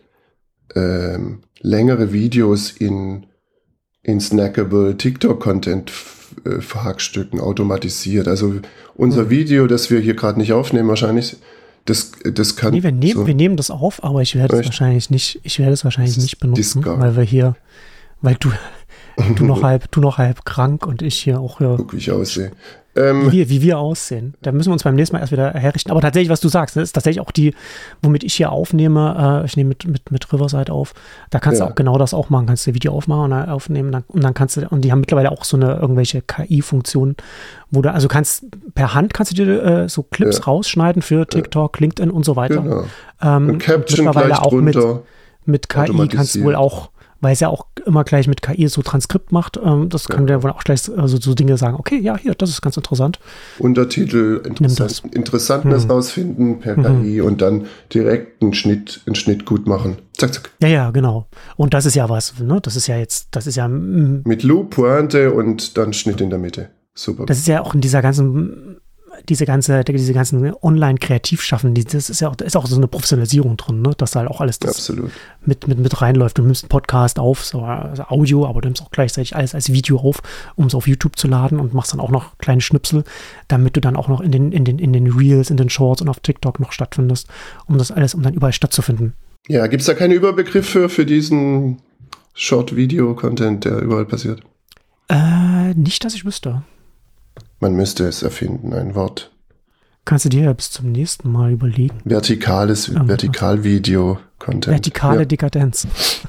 längere Videos in snackable TikTok-Content verhackstücken, automatisiert. Also unser Video, das wir hier gerade nicht aufnehmen, wahrscheinlich, das kann... Nee, wir nehmen das auf, aber ich werde es wahrscheinlich nicht benutzen, weil Du noch halb krank und ich hier auch. Ja. Guck, wie ich aussehe. Wie wir aussehen. Da müssen wir uns beim nächsten Mal erst wieder herrichten. Aber tatsächlich, was du sagst, das ist tatsächlich auch die, womit ich hier aufnehme. Ich nehme mit Riverside auf. Da kannst du auch genau das auch machen. Kannst du Video aufmachen und aufnehmen. Und dann kannst du, und die haben mittlerweile auch so irgendwelche KI-Funktionen, wo du, also per Hand kannst du dir so Clips rausschneiden für TikTok, LinkedIn und so weiter. Genau. Und Caption mittlerweile gleich auch drunter. Mit KI kannst du wohl auch, weil es ja auch immer gleich mit KI so Transkript macht, das kann der wohl auch gleich so Dinge sagen, okay, ja, hier, das ist ganz interessant. Untertitel, Interessantes rausfinden per KI und dann direkt einen Schnitt gut machen. Zack, zack. Ja, genau. Und das ist ja was, ne? Das ist ja mit Loop, Pointe und dann Schnitt in der Mitte. Super. Das ist ja auch in diese ganzen Online-Kreativschaffen, das ist auch so eine Professionalisierung drin, ne? Dass da halt auch alles das mit reinläuft. Du nimmst einen Podcast auf, so also Audio, aber du nimmst auch gleichzeitig alles als Video auf, um es auf YouTube zu laden und machst dann auch noch kleine Schnipsel, damit du dann auch noch in den Reels, in den Shorts und auf TikTok noch stattfindest, um dann überall stattzufinden. Ja, gibt es da keine Überbegriffe für diesen Short-Video-Content, der überall passiert? Nicht, dass ich wüsste. Man müsste es erfinden, ein Wort. Kannst du dir ja bis zum nächsten Mal überlegen. Vertikal-Video-Content. Vertikale Dekadenz.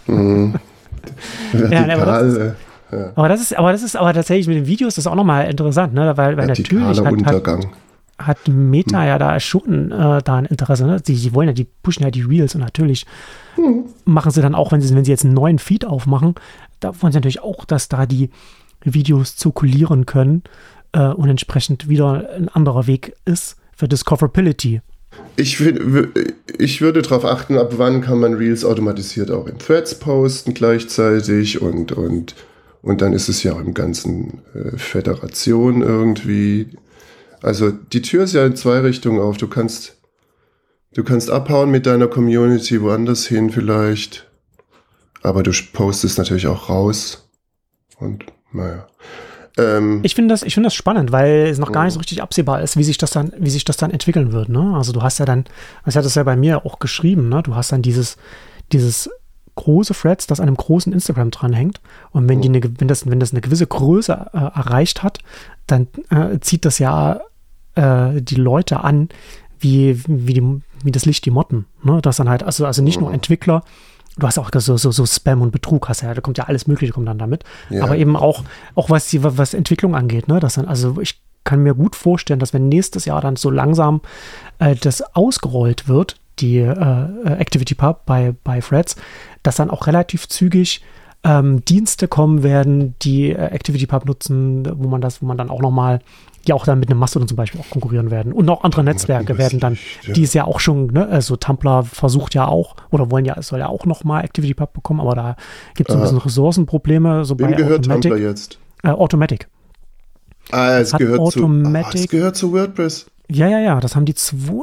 Vertikale. Aber das ist tatsächlich mit den Videos das ist auch nochmal interessant, ne? Weil natürlich hat Meta ja da schon da ein Interesse, ne? Die wollen ja, die pushen ja die Reels und natürlich machen sie dann auch, wenn sie jetzt einen neuen Feed aufmachen, da wollen sie natürlich auch, dass da die Videos zirkulieren können und entsprechend wieder ein anderer Weg ist für Discoverability. Ich würde darauf achten, ab wann kann man Reels automatisiert auch in Threads posten gleichzeitig und dann ist es ja auch im ganzen Föderation irgendwie. Also die Tür ist ja in zwei Richtungen auf. Du kannst abhauen mit deiner Community woanders hin vielleicht, aber du postest natürlich auch raus und naja. Ich finde das spannend, weil es noch gar nicht so richtig absehbar ist, wie sich das dann entwickeln wird. Ne? Also du hast ja dann, ich hatte es ja bei mir auch geschrieben, ne? Du hast dann dieses große Threads, das an einem großen Instagram dranhängt. Und wenn das eine gewisse Größe erreicht hat, dann zieht das ja die Leute an, wie das Licht die Motten. Ne? Das dann halt, also nicht nur Entwickler. Du hast auch so Spam und Betrug, da kommt ja alles Mögliche kommt dann damit. Ja. Aber eben auch was Entwicklung angeht, ne? Dass dann, also ich kann mir gut vorstellen, dass wenn nächstes Jahr dann so langsam das ausgerollt wird, die ActivityPub bei Threads, dass dann auch relativ zügig Dienste kommen werden, die ActivityPub nutzen, wo man dann auch nochmal, die auch dann mit einem Mastodon zum Beispiel auch konkurrieren werden. Und auch andere Netzwerke werden dann, die es ja auch schon, ne, also Tumblr versucht ja auch, oder soll ja auch nochmal ActivityPub bekommen, aber da gibt es ein bisschen Ressourcenprobleme. So wem gehört Tumblr jetzt? Automatic. Es gehört zu WordPress. Ja, das haben die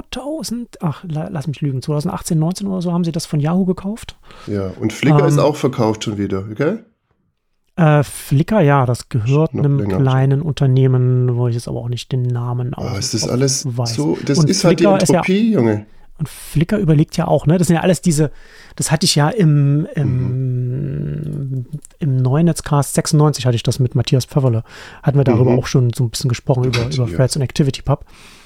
2018, 19 oder so haben sie das von Yahoo gekauft. Ja, und Flickr ist auch verkauft schon wieder, okay? Flickr, ja, das gehört einem kleinen Unternehmen, wo ich jetzt aber auch nicht den Namen ist das alles weiß. So, das und ist Flickr halt die Entropie, Junge. Und Flickr überlegt ja auch, ne, das sind ja alles das hatte ich ja im neuen Netzcast 96 hatte ich das mit Matthias Pfefferle, hatten wir darüber auch schon so ein bisschen gesprochen, über Threads und ActivityPub.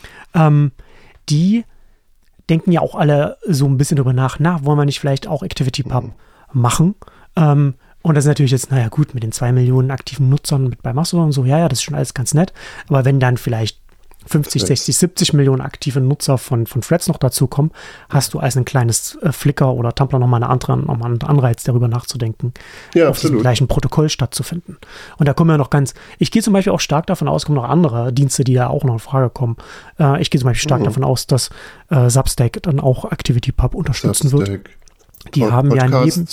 Die denken ja auch alle so ein bisschen drüber nach, wollen wir nicht vielleicht auch ActivityPub machen? Und das ist natürlich jetzt, naja gut, mit den 2 Millionen aktiven Nutzern bei Mastodon und so, ja, das ist schon alles ganz nett. Aber wenn dann vielleicht 50, 60, 70 Millionen aktive Nutzer von Threads noch dazukommen, hast du als ein kleines Flickr oder Tumblr nochmal einen Anreiz, darüber nachzudenken, auf diesem gleichen Protokoll stattzufinden. Und da kommen ja noch ich gehe zum Beispiel auch stark davon aus, kommen noch andere Dienste, die ja auch noch in Frage kommen. Ich gehe zum Beispiel stark davon aus, dass Substack dann auch ActivityPub unterstützen wird. Die haben ja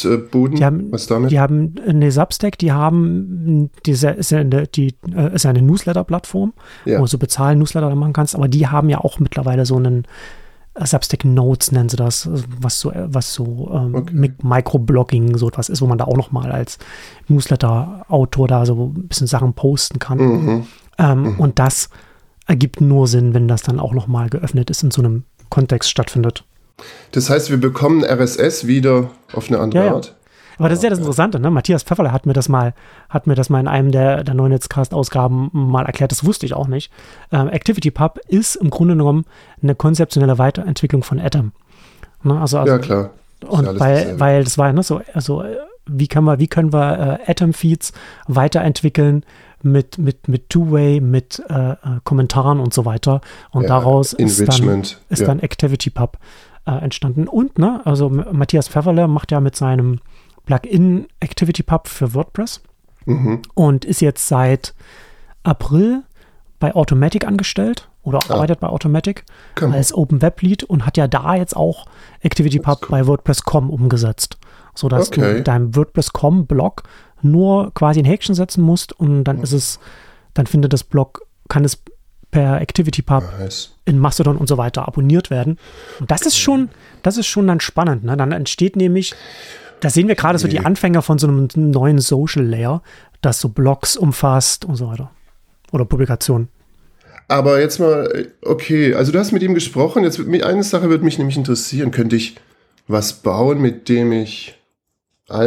Substack, ist ja eine Newsletter-Plattform, wo du so bezahlen Newsletter machen kannst, aber die haben ja auch mittlerweile so einen Substack Notes nennen sie das, was so Microblogging so etwas ist, wo man da auch nochmal als Newsletter-Autor da so ein bisschen Sachen posten kann. Und das ergibt nur Sinn, wenn das dann auch nochmal geöffnet ist, in so einem Kontext stattfindet. Das heißt, wir bekommen RSS wieder auf eine andere Art? Aber das ist ja das Interessante, ne? Matthias Pfefferle hat mir das mal in einem der Neunetzcast-Ausgaben mal erklärt, das wusste ich auch nicht. ActivityPub ist im Grunde genommen eine konzeptionelle Weiterentwicklung von Atom. Ne? Also, ja, klar. Und weil das war, ne, so, also wie können wir Atom-Feeds weiterentwickeln mit Two-Way, mit Kommentaren und so weiter. Und daraus ist dann ActivityPub entstanden. Und, ne, also Matthias Pfefferle macht ja mit seinem Plugin ActivityPub für WordPress und ist jetzt seit April bei Automatic angestellt oder arbeitet bei Automatic als Open Web Lead und hat ja da jetzt auch ActivityPub bei WordPress.com umgesetzt, sodass du mit deinem WordPress.com Blog nur quasi ein Häkchen setzen musst und dann findet das Blog, kann es per ActivityPub in Mastodon und so weiter abonniert werden. Und das ist schon dann spannend, ne? Dann entsteht nämlich, da sehen wir gerade so die Anfänge von so einem neuen Social Layer, das so Blogs umfasst und so weiter. Oder Publikationen. Aber jetzt mal, okay, also du hast mit ihm gesprochen, jetzt eine Sache würde mich nämlich interessieren, könnte ich was bauen, mit dem ich alle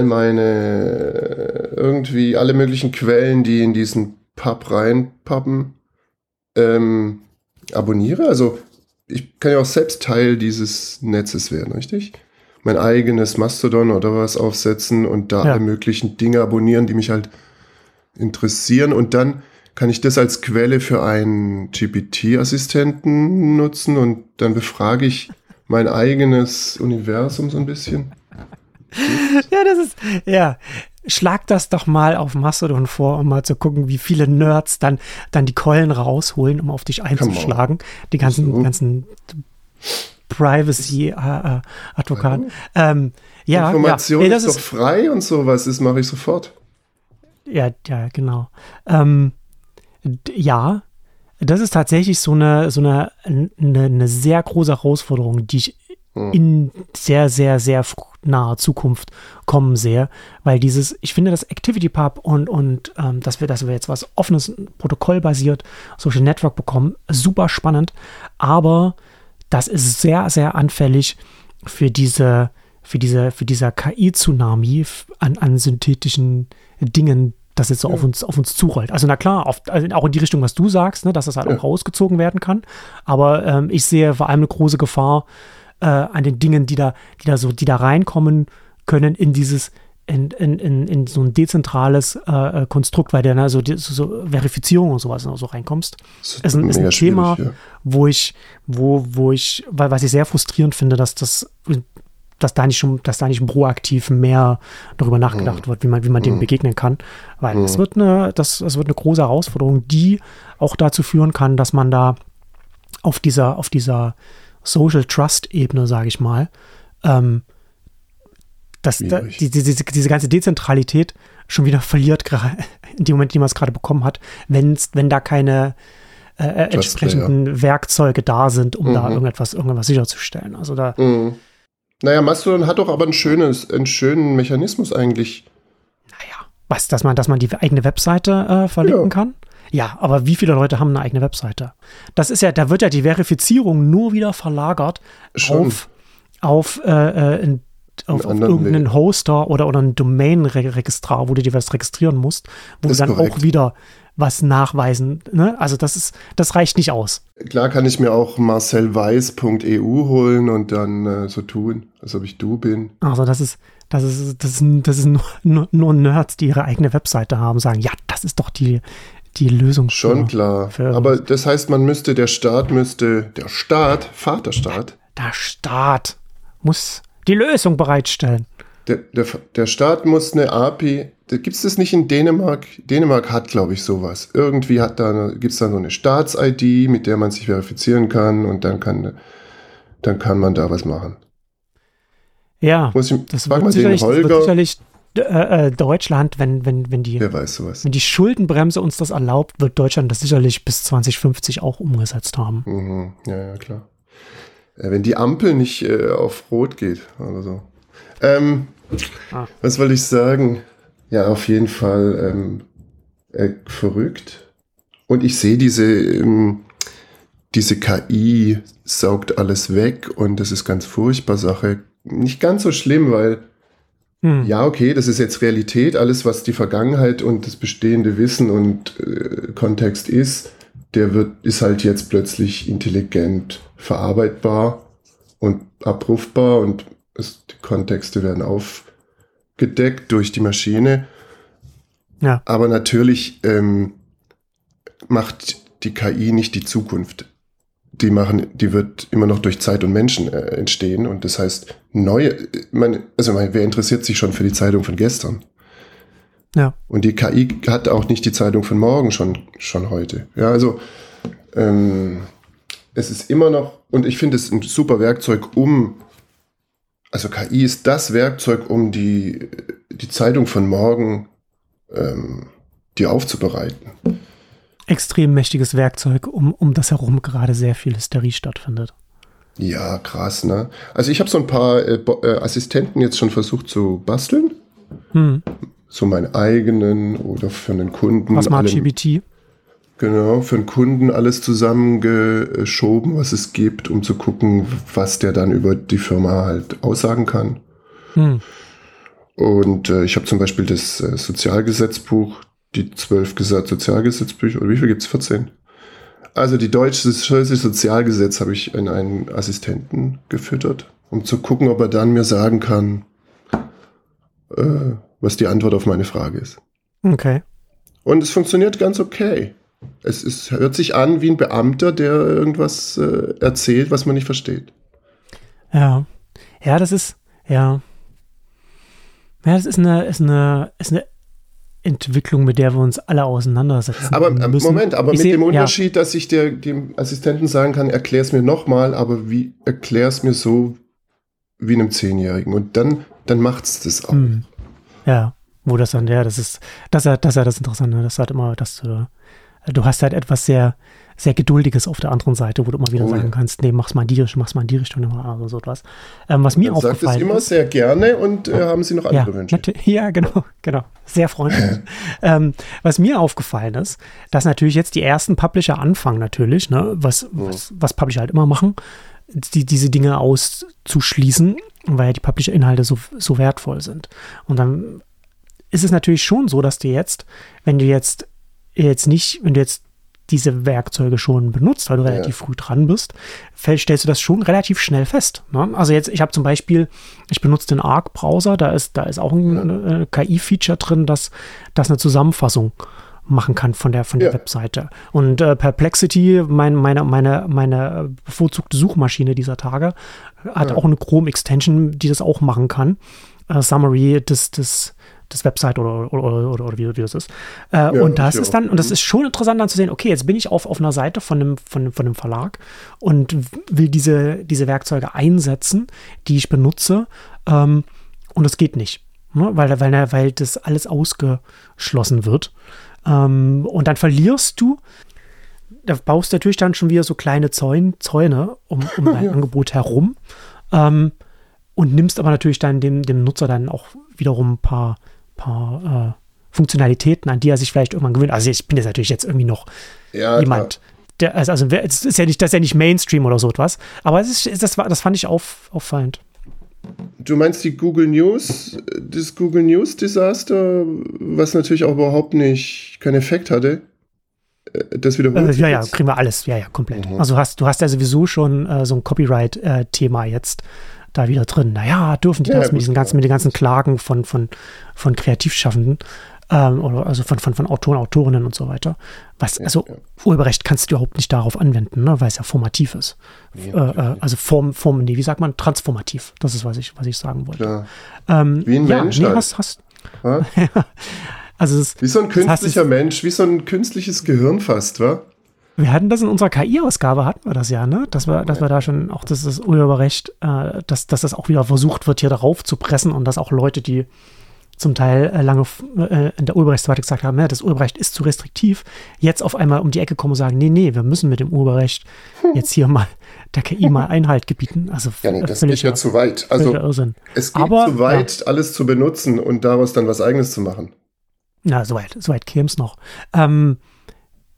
möglichen Quellen, die in diesen Pub reinpappen, abonniere? Also ich kann ja auch selbst Teil dieses Netzes werden, richtig? Mein eigenes Mastodon oder was aufsetzen und da alle möglichen Dinge abonnieren, die mich halt interessieren, und dann kann ich das als Quelle für einen GPT-Assistenten nutzen und dann befrage ich mein eigenes Universum so ein bisschen. Schlag das doch mal auf Mastodon vor, um mal zu gucken, wie viele Nerds dann die Keulen rausholen, um auf dich einzuschlagen. Die ganzen Privacy-Advokaten. Information ist doch frei und sowas, das mache ich sofort. Ja, genau. Das ist tatsächlich so eine sehr große Herausforderung, die ich in sehr, sehr, sehr naher Zukunft kommen sehe, weil ich finde, das ActivityPub und dass wir jetzt was offenes, protokollbasiert, Social Network bekommen, super spannend, aber das ist sehr, sehr anfällig für dieser KI-Tsunami an synthetischen Dingen, das jetzt so auf uns zurollt. Also na klar, auch in die Richtung, was du sagst, ne, dass das halt auch rausgezogen werden kann, aber ich sehe vor allem eine große Gefahr an den Dingen, die da reinkommen können in dieses in so ein dezentrales Konstrukt, weil dann also so Verifizierung und sowas so reinkommst. Das ist ein Thema, was ich sehr frustrierend finde, dass da nicht proaktiv mehr darüber nachgedacht wird, wie man dem begegnen kann, weil es wird eine große Herausforderung, die auch dazu führen kann, dass man da auf dieser Social Trust Ebene, sage ich mal, diese ganze Dezentralität schon wieder verliert, gerade in dem Moment, in dem man es gerade bekommen hat, wenn da keine entsprechenden Werkzeuge da sind, um da irgendwas sicherzustellen. Also da. Naja, Mastodon hat doch aber einen schönen Mechanismus eigentlich. Naja, dass man die eigene Webseite verlinken kann? Ja, aber wie viele Leute haben eine eigene Webseite? Da wird ja die Verifizierung nur wieder verlagert auf irgendeinen Hoster oder einen Domain-Registrar, wo du dir was registrieren musst, wo du dann auch wieder was nachweisen. Ne? Also das reicht nicht aus. Klar kann ich mir auch marcelweiss.eu holen und dann so tun, als ob ich du bin. Also das ist nur Nerds, die ihre eigene Webseite haben, sagen, ja, das ist doch die Lösung. Schon klar. Aber das heißt, der Staat muss die Lösung bereitstellen. Der Staat muss eine API, gibt es das nicht in Dänemark? Dänemark hat, glaube ich, sowas. Irgendwie gibt es da so eine Staats-ID, mit der man sich verifizieren kann und dann kann man da was machen. Ja, das wird sicherlich Deutschland, wenn die Schuldenbremse uns das erlaubt, wird Deutschland das sicherlich bis 2050 auch umgesetzt haben. Ja, klar. Wenn die Ampel nicht auf Rot geht oder so. Was wollte ich sagen? Ja, auf jeden Fall verrückt. Und ich sehe diese KI saugt alles weg und das ist ganz furchtbar Sache. Nicht ganz so schlimm, weil Ja, okay, das ist jetzt Realität. Alles, was die Vergangenheit und das bestehende Wissen und Kontext ist, ist halt jetzt plötzlich intelligent verarbeitbar und abrufbar und die Kontexte werden aufgedeckt durch die Maschine. Ja. Aber natürlich macht die KI nicht die Zukunft. Die wird immer noch durch Zeit und Menschen entstehen und das heißt wer interessiert sich schon für die Zeitung von gestern? Ja. Und die KI hat auch nicht die Zeitung von morgen schon heute. Ja, also es ist immer noch, und ich finde es ein super Werkzeug, also KI ist das Werkzeug, um die Zeitung von morgen dir aufzubereiten. Extrem mächtiges Werkzeug, um das herum gerade sehr viel Hysterie stattfindet. Ja, krass, ne? Also ich habe so ein paar Assistenten jetzt schon versucht zu basteln. So meinen eigenen oder für einen Kunden. SmartGPT. Genau, für einen Kunden alles zusammengeschoben, was es gibt, um zu gucken, was der dann über die Firma halt aussagen kann. Und ich habe zum Beispiel das Sozialgesetzbuch, die 12 Sozialgesetzbücher, oder wie viel gibt es? 14? Also das deutsche Sozialgesetz habe ich in einen Assistenten gefüttert, um zu gucken, ob er dann mir sagen kann, was die Antwort auf meine Frage ist. Okay. Und es funktioniert ganz okay. Es hört sich an wie ein Beamter, der irgendwas erzählt, was man nicht versteht. Ja. Ja, das ist eine Entwicklung, mit der wir uns alle auseinandersetzen. Aber müssen. Moment, mit dem Unterschied, dass ich dem Assistenten sagen kann, erklär es mir nochmal, aber erklär es mir so wie einem 10-Jährigen. Und dann macht es das auch. Ja, wo das dann, das ist das Interessante, das hat immer, dass du hast halt etwas sehr, sehr Geduldiges auf der anderen Seite, wo du immer wieder sagen kannst, nee, mach's mal in die Richtung, oder so etwas. Was mir aufgefallen ist. Sagt es immer sehr gerne und haben Sie noch andere Wünsche? Ja, genau. Sehr freundlich. Was mir aufgefallen ist, dass natürlich jetzt die ersten Publisher anfangen natürlich, ne, was Publisher halt immer machen, diese Dinge auszuschließen, weil ja die Publisher-Inhalte so wertvoll sind. Und dann ist es natürlich schon so, dass wenn du jetzt diese Werkzeuge schon benutzt, weil du relativ früh dran bist, stellst du das schon relativ schnell fest. Ne? Also ich habe zum Beispiel, ich benutze den Arc-Browser, da ist auch ein KI-Feature drin, das eine Zusammenfassung machen kann von der Webseite. Und Perplexity, meine bevorzugte Suchmaschine dieser Tage, hat auch eine Chrome-Extension, die das auch machen kann. Summary des Website oder wie das ist. Und das ist dann, und das ist schon interessant dann zu sehen, okay, jetzt bin ich auf einer Seite von einem Verlag und will diese Werkzeuge einsetzen, die ich benutze, und das geht nicht, ne? weil das alles ausgeschlossen wird. Und dann verlierst du, da baust du natürlich dann schon wieder so kleine Zäune um dein Angebot herum, und nimmst aber natürlich dann dem Nutzer dann auch wiederum ein paar Funktionalitäten, an die er sich vielleicht irgendwann gewöhnt. Also ich bin jetzt natürlich irgendwie noch jemand, der, das ist ja nicht Mainstream oder so etwas, aber das fand ich auffallend. Du meinst das Google News Desaster, was natürlich auch überhaupt keinen Effekt hatte? Das wiederholt sich jetzt? Kriegen wir alles, komplett. Also du hast ja sowieso schon so ein Copyright-Thema jetzt da wieder drin. Naja, dürfen die das mit den ganzen Klagen von Kreativschaffenden, oder also von Autoren, Autorinnen und so weiter. Urheberrecht kannst du überhaupt nicht darauf anwenden, ne, weil es ja formativ ist. Also wie sagt man, transformativ. Das ist, was ich sagen wollte. Wie ein Mensch halt. Also wie so ein künstlicher Mensch, wie so ein künstliches Gehirn fast, wa? Wir hatten das in unserer KI-Ausgabe, hatten wir das ja, ne? Dass wir da schon auch das Urheberrecht, dass das auch wieder versucht wird, hier darauf zu pressen und dass auch Leute, die zum Teil lange in der Urheberrechtsdebatte gesagt haben, das Urheberrecht ist zu restriktiv, jetzt auf einmal um die Ecke kommen und sagen, nee, wir müssen mit dem Urheberrecht jetzt hier mal der KI mal Einhalt gebieten. Also das geht ja zu weit. Also es geht zu weit, alles zu benutzen und daraus dann was Eigenes zu machen. Na, soweit käme es noch.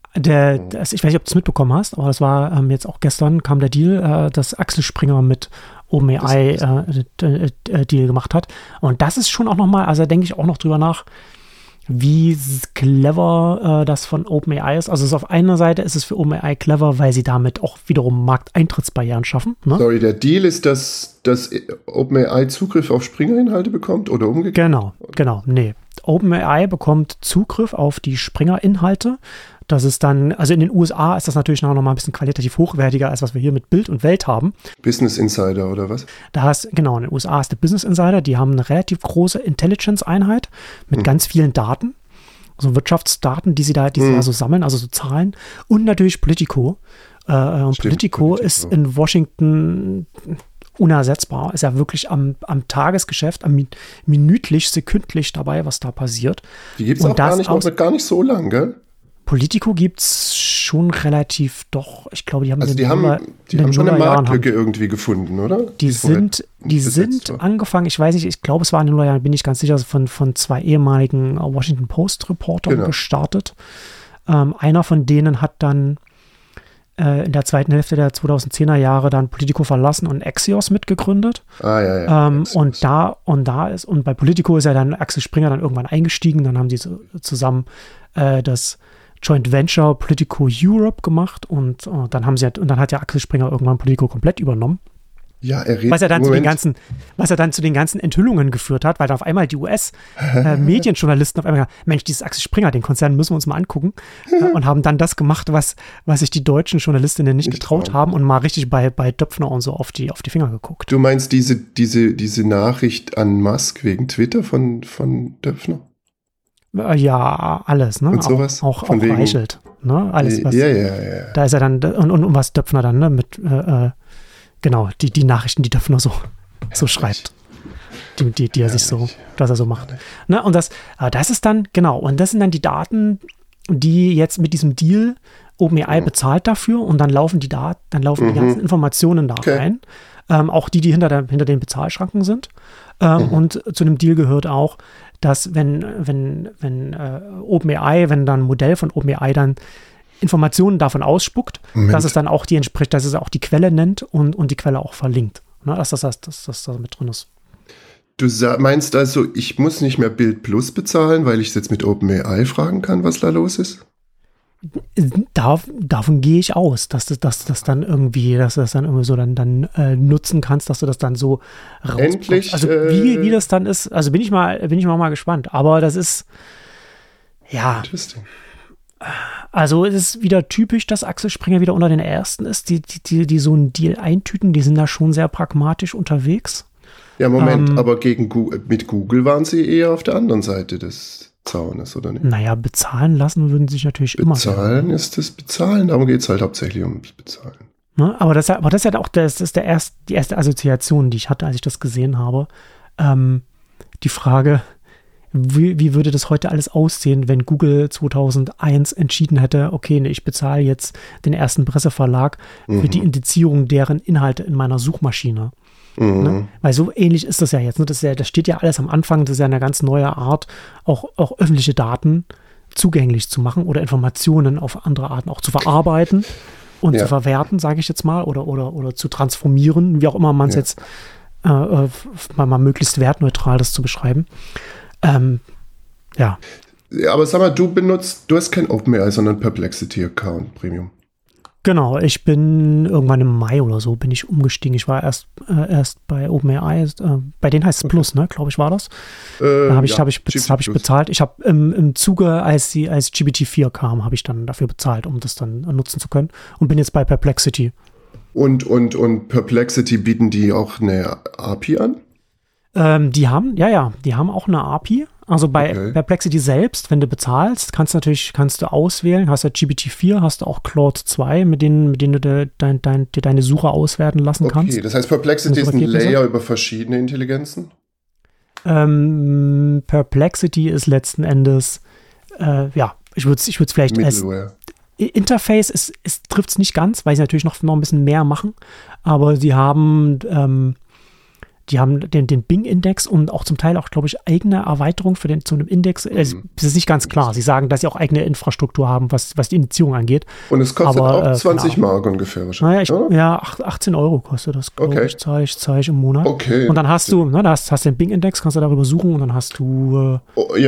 ich weiß nicht, ob du es mitbekommen hast, aber das war jetzt auch gestern, kam der Deal, dass Axel Springer mit OpenAI Deal gemacht hat. Und das ist schon auch nochmal, also da denke ich auch noch drüber nach, wie clever das von OpenAI ist. Also auf einer Seite ist es für OpenAI clever, weil sie damit auch wiederum Markteintrittsbarrieren schaffen. Ne? Sorry, der Deal ist, dass OpenAI Zugriff auf Springer-Inhalte bekommt oder umgekehrt? Genau, nee. OpenAI bekommt Zugriff auf die Springer-Inhalte. Das ist dann, also in den USA ist das natürlich noch mal ein bisschen qualitativ hochwertiger, als was wir hier mit Bild und Welt haben. Business Insider oder was? In den USA ist der Business Insider, die haben eine relativ große Intelligence-Einheit mit ganz vielen Daten, so Wirtschaftsdaten, die sie da so sammeln, also so Zahlen. Und natürlich Politico. Politico ist in Washington unersetzbar. Ist ja wirklich am Tagesgeschäft, minütlich, sekündlich dabei, was da passiert. Die gibt es auch gar nicht so lang, gell? Politico gibt es schon relativ, doch, ich glaube, die haben schon eine Marktlücke irgendwie gefunden, oder? Die sind angefangen, ich weiß nicht, ich glaube, es war in den Nullerjahren, bin ich ganz sicher, von 2 ehemaligen Washington Post-Reportern gestartet. Einer von denen hat dann in der zweiten Hälfte der 2010er Jahre dann Politico verlassen und Axios mitgegründet. Und bei Politico ist ja dann Axel Springer dann irgendwann eingestiegen, dann haben sie zusammen das Joint Venture Politico Europe gemacht und dann hat ja Axel Springer irgendwann Politico komplett übernommen. Ja, was er dann zu den ganzen Enthüllungen geführt hat, weil dann auf einmal die US-Medienjournalisten auf einmal gesagt, Mensch, dieses Axel Springer, den Konzern müssen wir uns mal angucken und haben dann das gemacht, was sich die deutschen Journalistinnen nicht getraut haben und mal richtig bei Döpfner und so auf die Finger geguckt. Du meinst diese Nachricht an Musk wegen Twitter von Döpfner? Ja, alles, ne? Und sowas? Auch Reichelt, ne? Alles, was. Ja. Da ist er dann, und was Döpfner dann, ne? Mit, genau, die Nachrichten, die Döpfner so schreibt. Die er sich so, dass er so macht. Ne? Und das ist dann, genau, und das sind dann die Daten, die jetzt mit diesem Deal OpenAI bezahlt dafür und dann laufen die ganzen Informationen da rein. Auch die hinter den Bezahlschranken sind. Und zu dem Deal gehört auch, dass wenn OpenAI, wenn dann ein Modell von OpenAI dann Informationen davon ausspuckt, dass es dann auch dass es auch die Quelle nennt und die Quelle auch verlinkt. Ne, dass das da mit drin ist. Du meinst also, ich muss nicht mehr Bild Plus bezahlen, weil ich es jetzt mit OpenAI fragen kann, was da los ist? Davon gehe ich aus, dass du das dann irgendwie so dann nutzen kannst, dass du das dann so rauskommst. Endlich. Also wie das dann ist, also bin ich mal gespannt. Aber das ist, ja. Interesting. Also es ist wieder typisch, dass Axel Springer wieder unter den Ersten ist, die so einen Deal eintüten. Die sind da schon sehr pragmatisch unterwegs. Ja, Moment, aber mit Google waren sie eher auf der anderen Seite des Zaunes, oder nicht? Naja, bezahlen lassen würden sie sich natürlich immer. Bezahlen ist das Bezahlen, darum geht es halt hauptsächlich ums Bezahlen. Ne? Aber das ist ja auch die erste Assoziation, die ich hatte, als ich das gesehen habe. Die Frage, wie würde das heute alles aussehen, wenn Google 2001 entschieden hätte, okay, ich bezahle jetzt den ersten Presseverlag für die Indizierung deren Inhalte in meiner Suchmaschine. Ne? Weil so ähnlich ist das ja jetzt. Ne? Das steht ja alles am Anfang. Das ist ja eine ganz neue Art, auch öffentliche Daten zugänglich zu machen oder Informationen auf andere Arten auch zu verarbeiten und zu verwerten, sage ich jetzt mal, oder zu transformieren, wie auch immer man es jetzt mal möglichst wertneutral das zu beschreiben. Ja. Aber sag mal, du hast kein OpenAI, sondern Perplexity-Account Premium. Genau, ich bin irgendwann im Mai oder so bin ich umgestiegen. Ich war erst bei OpenAI, bei denen heißt es Plus, ne, glaube ich, war das. Da habe ich bezahlt. Ich habe im Zuge, als GPT-4 kam, habe ich dann dafür bezahlt, um das dann nutzen zu können und bin jetzt bei Perplexity. Und Perplexity, bieten die auch eine API an? Die haben auch eine API. Also bei Perplexity selbst, wenn du bezahlst, kannst du auswählen, hast du GPT-4, hast du auch Claude 2, mit denen du deine Suche auswerten lassen kannst. Okay, das heißt Perplexity ist ein Layer über verschiedene Intelligenzen? Perplexity ist letzten Endes, ich würde es vielleicht Middleware. als Interface, es trifft es nicht ganz, weil sie natürlich noch ein bisschen mehr machen, aber sie haben Die haben den Bing-Index und auch zum Teil auch, glaube ich, eigene Erweiterung zu einem Index. Es ist nicht ganz klar. Sie sagen, dass sie auch eigene Infrastruktur haben, was die Indizierung angeht. Und es kostet auch 20 Mark ungefähr wahrscheinlich. Naja, 18 € kostet das, glaube ich, zahle ich im Monat. Okay. Und dann hast du, da hast du den Bing-Index, kannst du darüber suchen und dann hast du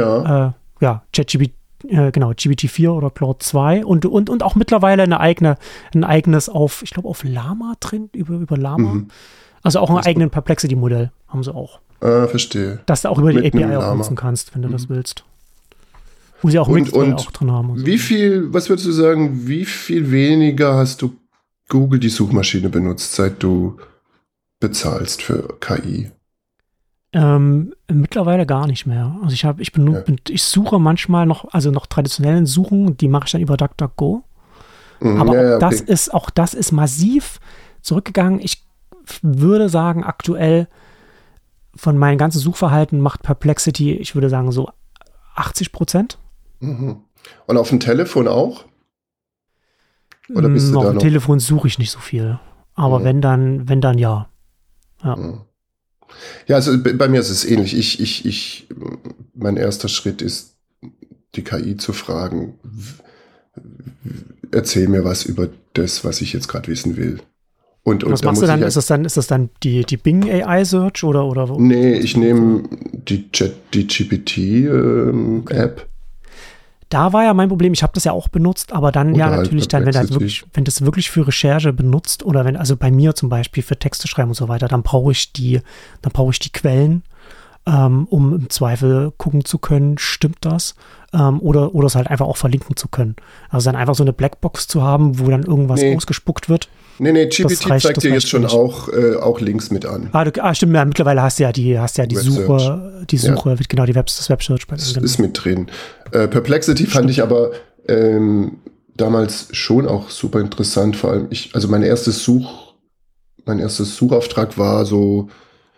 GPT-4 oder Claude 2 und auch mittlerweile ein eigenes auf Llama drin, über Llama. Mhm. Also auch einen eigenen Perplexity-Modell haben sie auch. Verstehe. Dass du auch über die API auch nutzen kannst, wenn du das willst. Wo sie auch mit auch drin haben. Und was würdest du sagen, wie viel weniger hast du Google, die Suchmaschine, benutzt, seit du bezahlst für KI? Mittlerweile gar nicht mehr. Also ich suche manchmal noch traditionellen Suchen, die mache ich dann über DuckDuckGo. Aber auch das ist massiv zurückgegangen. Ich würde sagen, aktuell von meinem ganzen Suchverhalten macht Perplexity, ich würde sagen, so 80%. Mhm. Und auf dem Telefon auch? Oder bist du da noch? Auf dem Telefon suche ich nicht so viel. Aber wenn dann ja. Ja. Mhm. Ja, also bei mir ist es ähnlich. Mein erster Schritt ist, die KI zu fragen, erzähl mir was über das, was ich jetzt gerade wissen will. Und was machst du dann? Ist das dann die Bing AI Search oder? Nee, ich nehme die GPT-App. Da war ja mein Problem, ich habe das ja auch benutzt, aber dann natürlich dann, wenn das wirklich für Recherche benutzt oder also bei mir zum Beispiel für Texte schreiben und so weiter, dann brauche ich die Quellen, um im Zweifel gucken zu können, stimmt das? Oder es halt einfach auch verlinken zu können. Also dann einfach so eine Blackbox zu haben, wo dann irgendwas ausgespuckt wird. Nee, GPT zeigt dir jetzt schon auch Links mit an. Stimmt, ja, mittlerweile hast du ja die Suche, genau, das Web-Search. Das ist mit drin. Perplexity fand ich aber damals schon auch super interessant, vor allem mein erstes Suchauftrag war so,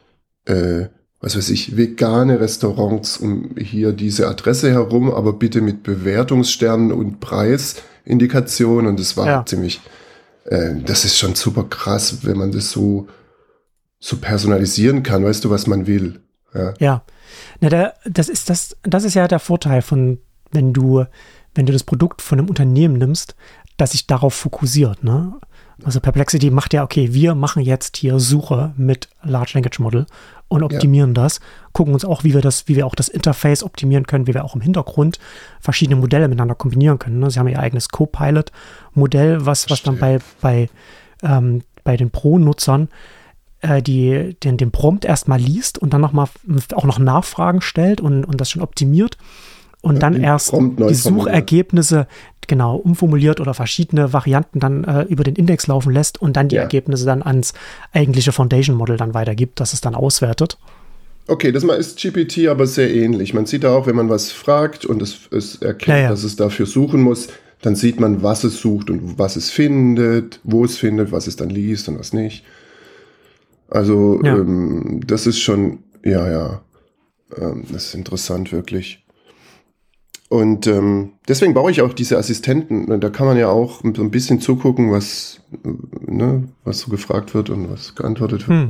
vegane Restaurants um hier diese Adresse herum, aber bitte mit Bewertungssternen und Preisindikationen, und das war ziemlich, das ist schon super krass, wenn man das so personalisieren kann, weißt du, was man will. Ja. Na, das ist ja der Vorteil von, wenn du das Produkt von einem Unternehmen nimmst, das sich darauf fokussiert, ne? Also Perplexity macht ja, okay, wir machen jetzt hier Suche mit Large Language Model und optimieren das, gucken uns auch, wie wir auch das Interface optimieren können, wie wir auch im Hintergrund verschiedene Modelle miteinander kombinieren können. Ne? Sie haben ihr eigenes Copilot-Modell, was dann bei den Pro-Nutzern den Prompt erstmal liest und dann auch noch Nachfragen stellt und das schon optimiert und dann erst die Suchergebnisse umformuliert oder verschiedene Varianten dann über den Index laufen lässt und dann die Ergebnisse dann ans eigentliche Foundation-Model dann weitergibt, das es dann auswertet. Okay, das ist GPT aber sehr ähnlich. Man sieht auch, wenn man was fragt und es erkennt, dass es dafür suchen muss, dann sieht man, was es sucht und was es findet, wo es findet, was es dann liest und was nicht. Also das ist schon, das ist interessant wirklich. Und deswegen baue ich auch diese Assistenten. Da kann man ja auch so ein bisschen zugucken, was so gefragt wird und was geantwortet wird.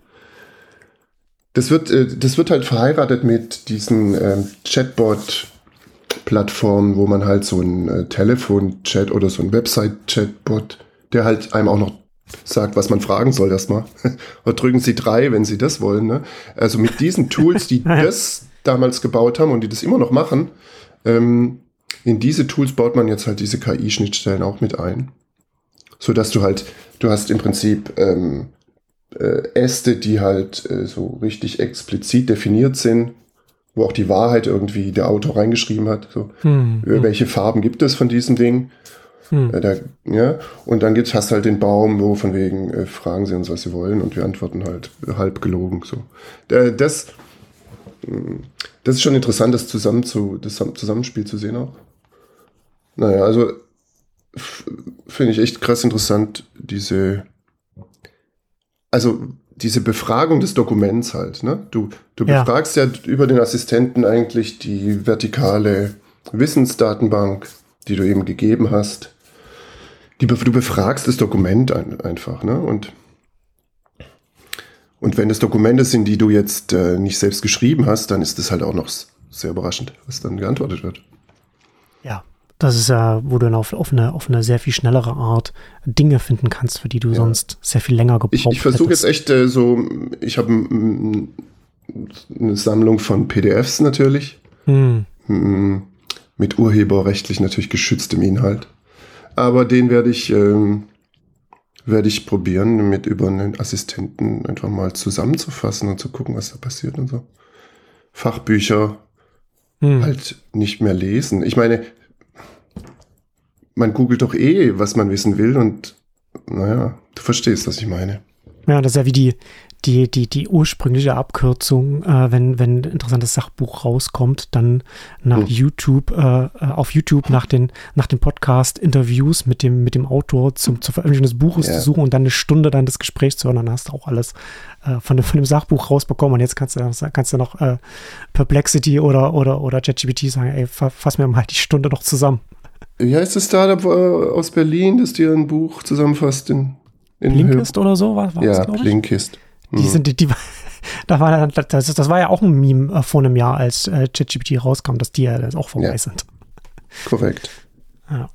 Das wird halt verheiratet mit diesen Chatbot-Plattformen, wo man halt so einen Telefon-Chat oder so einen Website-Chatbot, der halt einem auch noch sagt, was man fragen soll erstmal. Oder drücken Sie 3, wenn Sie das wollen. Ne? Also mit diesen Tools, die das damals gebaut haben und die das immer noch machen, in diese Tools baut man jetzt halt diese KI-Schnittstellen auch mit ein. Sodass du hast im Prinzip Äste, die halt so richtig explizit definiert sind, wo auch die Wahrheit irgendwie der Autor reingeschrieben hat. So, welche Farben gibt es von diesem Ding? Und dann hast du halt den Baum, wo von wegen fragen Sie uns, was Sie wollen, und wir antworten halt halb gelogen. So. Das ist schon interessant, das Zusammenspiel zu sehen auch. Naja, also finde ich echt krass interessant, diese Befragung des Dokuments halt. Ne? Du befragst ja über den Assistenten eigentlich die vertikale Wissensdatenbank, die du eben gegeben hast. Du befragst das Dokument einfach, ne? Und Und wenn das Dokumente sind, die du jetzt nicht selbst geschrieben hast, dann ist das halt auch noch sehr überraschend, was dann geantwortet wird. Ja, das ist ja, wo du dann auf eine sehr viel schnellere Art Dinge finden kannst, für die du sonst sehr viel länger gebraucht hättest. Ich versuche jetzt echt ich habe eine Sammlung von PDFs natürlich, mit urheberrechtlich natürlich geschütztem Inhalt. Aber den werde ich probieren, über einen Assistenten einfach mal zusammenzufassen und zu gucken, was da passiert und so. Fachbücher halt nicht mehr lesen. Ich meine, man googelt doch was man wissen will und naja, du verstehst, was ich meine. Ja, das ist ja wie die ursprüngliche Abkürzung, wenn ein interessantes Sachbuch rauskommt, dann nach YouTube, auf YouTube nach den Podcast-Interviews mit dem Autor zur Veröffentlichung des Buches zu suchen und dann eine Stunde dann das Gespräch zu hören, dann hast du auch alles von dem Sachbuch rausbekommen und jetzt kannst du noch Perplexity oder ChatGPT sagen, ey, fass mir mal die Stunde noch zusammen. Ja, ist das Startup aus Berlin, das dir ein Buch zusammenfasst in Blinkist oder so? War ja, das, Blinkist. Das war ja auch ein Meme vor einem Jahr, als ChatGPT rauskam, dass die ja das auch vorbei sind. Korrekt. Ja.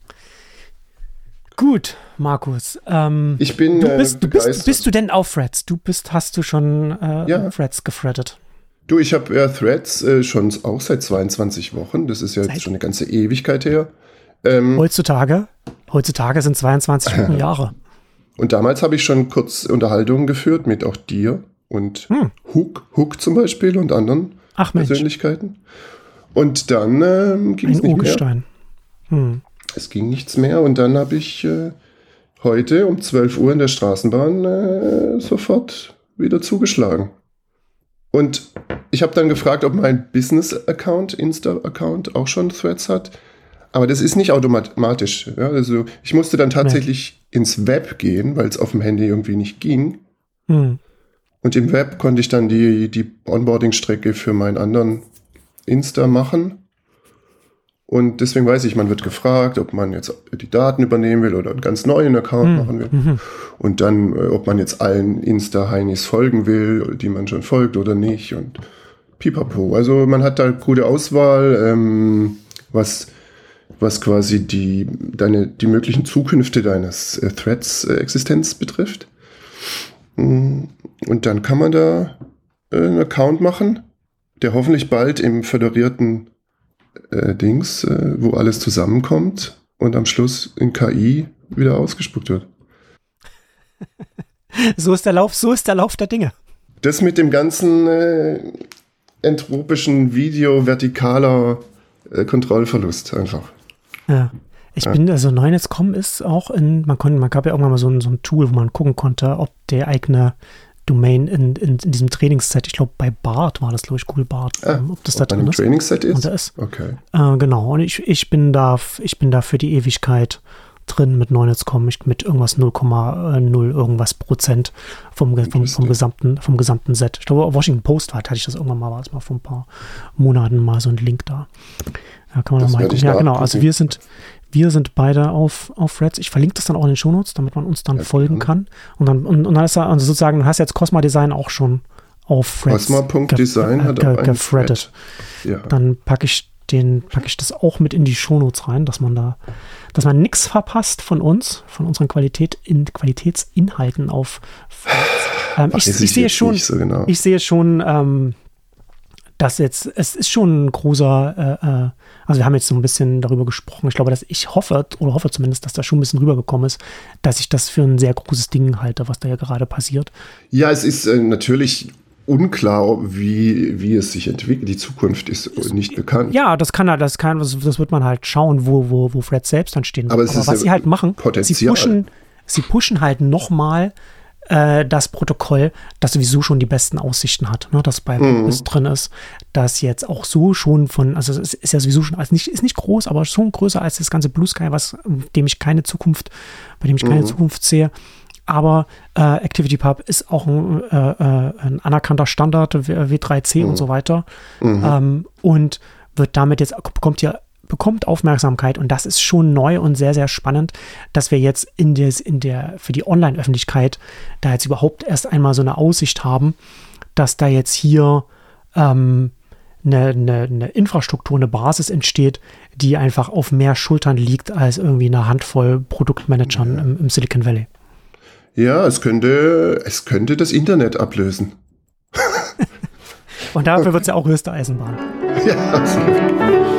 Gut, Markus. Ich bin bist du denn auf Threads? Hast du schon Threads gefreddet? Du, ich habe Threads schon auch seit 22 Wochen. Das ist ja jetzt schon eine ganze Ewigkeit her. Heutzutage sind 22 Wochen Jahre. Und damals habe ich schon kurz Unterhaltungen geführt mit auch dir und Hook zum Beispiel und anderen Persönlichkeiten. Und dann ging es nicht Urgestein. mehr. Es ging nichts mehr und dann habe ich heute um 12 Uhr in der Straßenbahn sofort wieder zugeschlagen. Und ich habe dann gefragt, ob mein Business-Account, Insta-Account auch schon Threads hat. Aber das ist nicht automatisch. Ja? Also ich musste dann tatsächlich ins Web gehen, weil es auf dem Handy irgendwie nicht ging. Und im Web konnte ich dann die Onboarding-Strecke für meinen anderen Insta machen. Und deswegen weiß ich, man wird gefragt, ob man jetzt die Daten übernehmen will oder einen ganz neuen Account machen will. Und dann, ob man jetzt allen Insta-Heinis folgen will, die man schon folgt oder nicht. Und pipapo. Also man hat da gute Auswahl, was quasi die möglichen Zukünfte deines Threads-Existenz betrifft. Und dann kann man da einen Account machen, der hoffentlich bald im föderierten wo alles zusammenkommt und am Schluss in KI wieder ausgespuckt wird. So ist der Lauf der Dinge. Das mit dem ganzen entropischen Video vertikaler Kontrollverlust einfach. Ja. Neunetz.com ist auch man gab ja irgendwann mal so ein Tool, wo man gucken konnte, ob der eigene Domain in diesem Trainingsset, ich glaube bei Bart war das, glaube ich, Google Bart, ob das da drin ist. Trainingsset ist? Und da ist. Okay. Genau, und ich bin da für die Ewigkeit drin mit Neunetz.com, mit irgendwas 0,0 irgendwas Prozent vom gesamten Set. Ich glaube, Washington Post hatte ich das irgendwann mal, war es mal vor ein paar Monaten mal so ein Link da. Da kann man mal gucken. Ja, genau, also wir sind beide auf Threads. Ich verlinke das dann auch in den Shownotes, damit man uns dann folgen kann. Und dann ist also sozusagen, du hast jetzt Cosma Design auch schon auf Threads Cosma.design hat auch gefreddet. Ja. Dann packe ich das auch mit in die Shownotes rein, dass man nichts verpasst von uns, von unseren Qualitätsinhalten auf Threads. Ich sehe schon, dass es ist schon ein großer, also wir haben jetzt so ein bisschen darüber gesprochen, ich glaube, ich hoffe zumindest, dass da schon ein bisschen rübergekommen ist, dass ich das für ein sehr großes Ding halte, was da ja gerade passiert. Ja, es ist natürlich unklar, wie es sich entwickelt. Die Zukunft ist nicht bekannt. Ja, das wird man halt schauen, wo Threads selbst dann stehen. Aber was sie halt machen, sie pushen halt nochmal das Protokoll, das sowieso schon die besten Aussichten hat, ne, das bei WordPress drin ist, das jetzt auch so schon also es ist ja sowieso schon, also ist nicht groß, aber schon größer als das ganze Blue Sky, bei dem ich keine Zukunft sehe. Aber ActivityPub ist auch ein anerkannter Standard, W3C und so weiter. Und wird damit jetzt, bekommt ja bekommt Aufmerksamkeit und das ist schon neu und sehr, sehr spannend, dass wir jetzt für die Online-Öffentlichkeit da jetzt überhaupt erst einmal so eine Aussicht haben, dass da jetzt hier eine Infrastruktur, eine Basis entsteht, die einfach auf mehr Schultern liegt als irgendwie eine Handvoll Produktmanagern im Silicon Valley. Ja, es könnte das Internet ablösen. Und dafür wird es ja auch höchste Eisenbahn. Ja, absolut.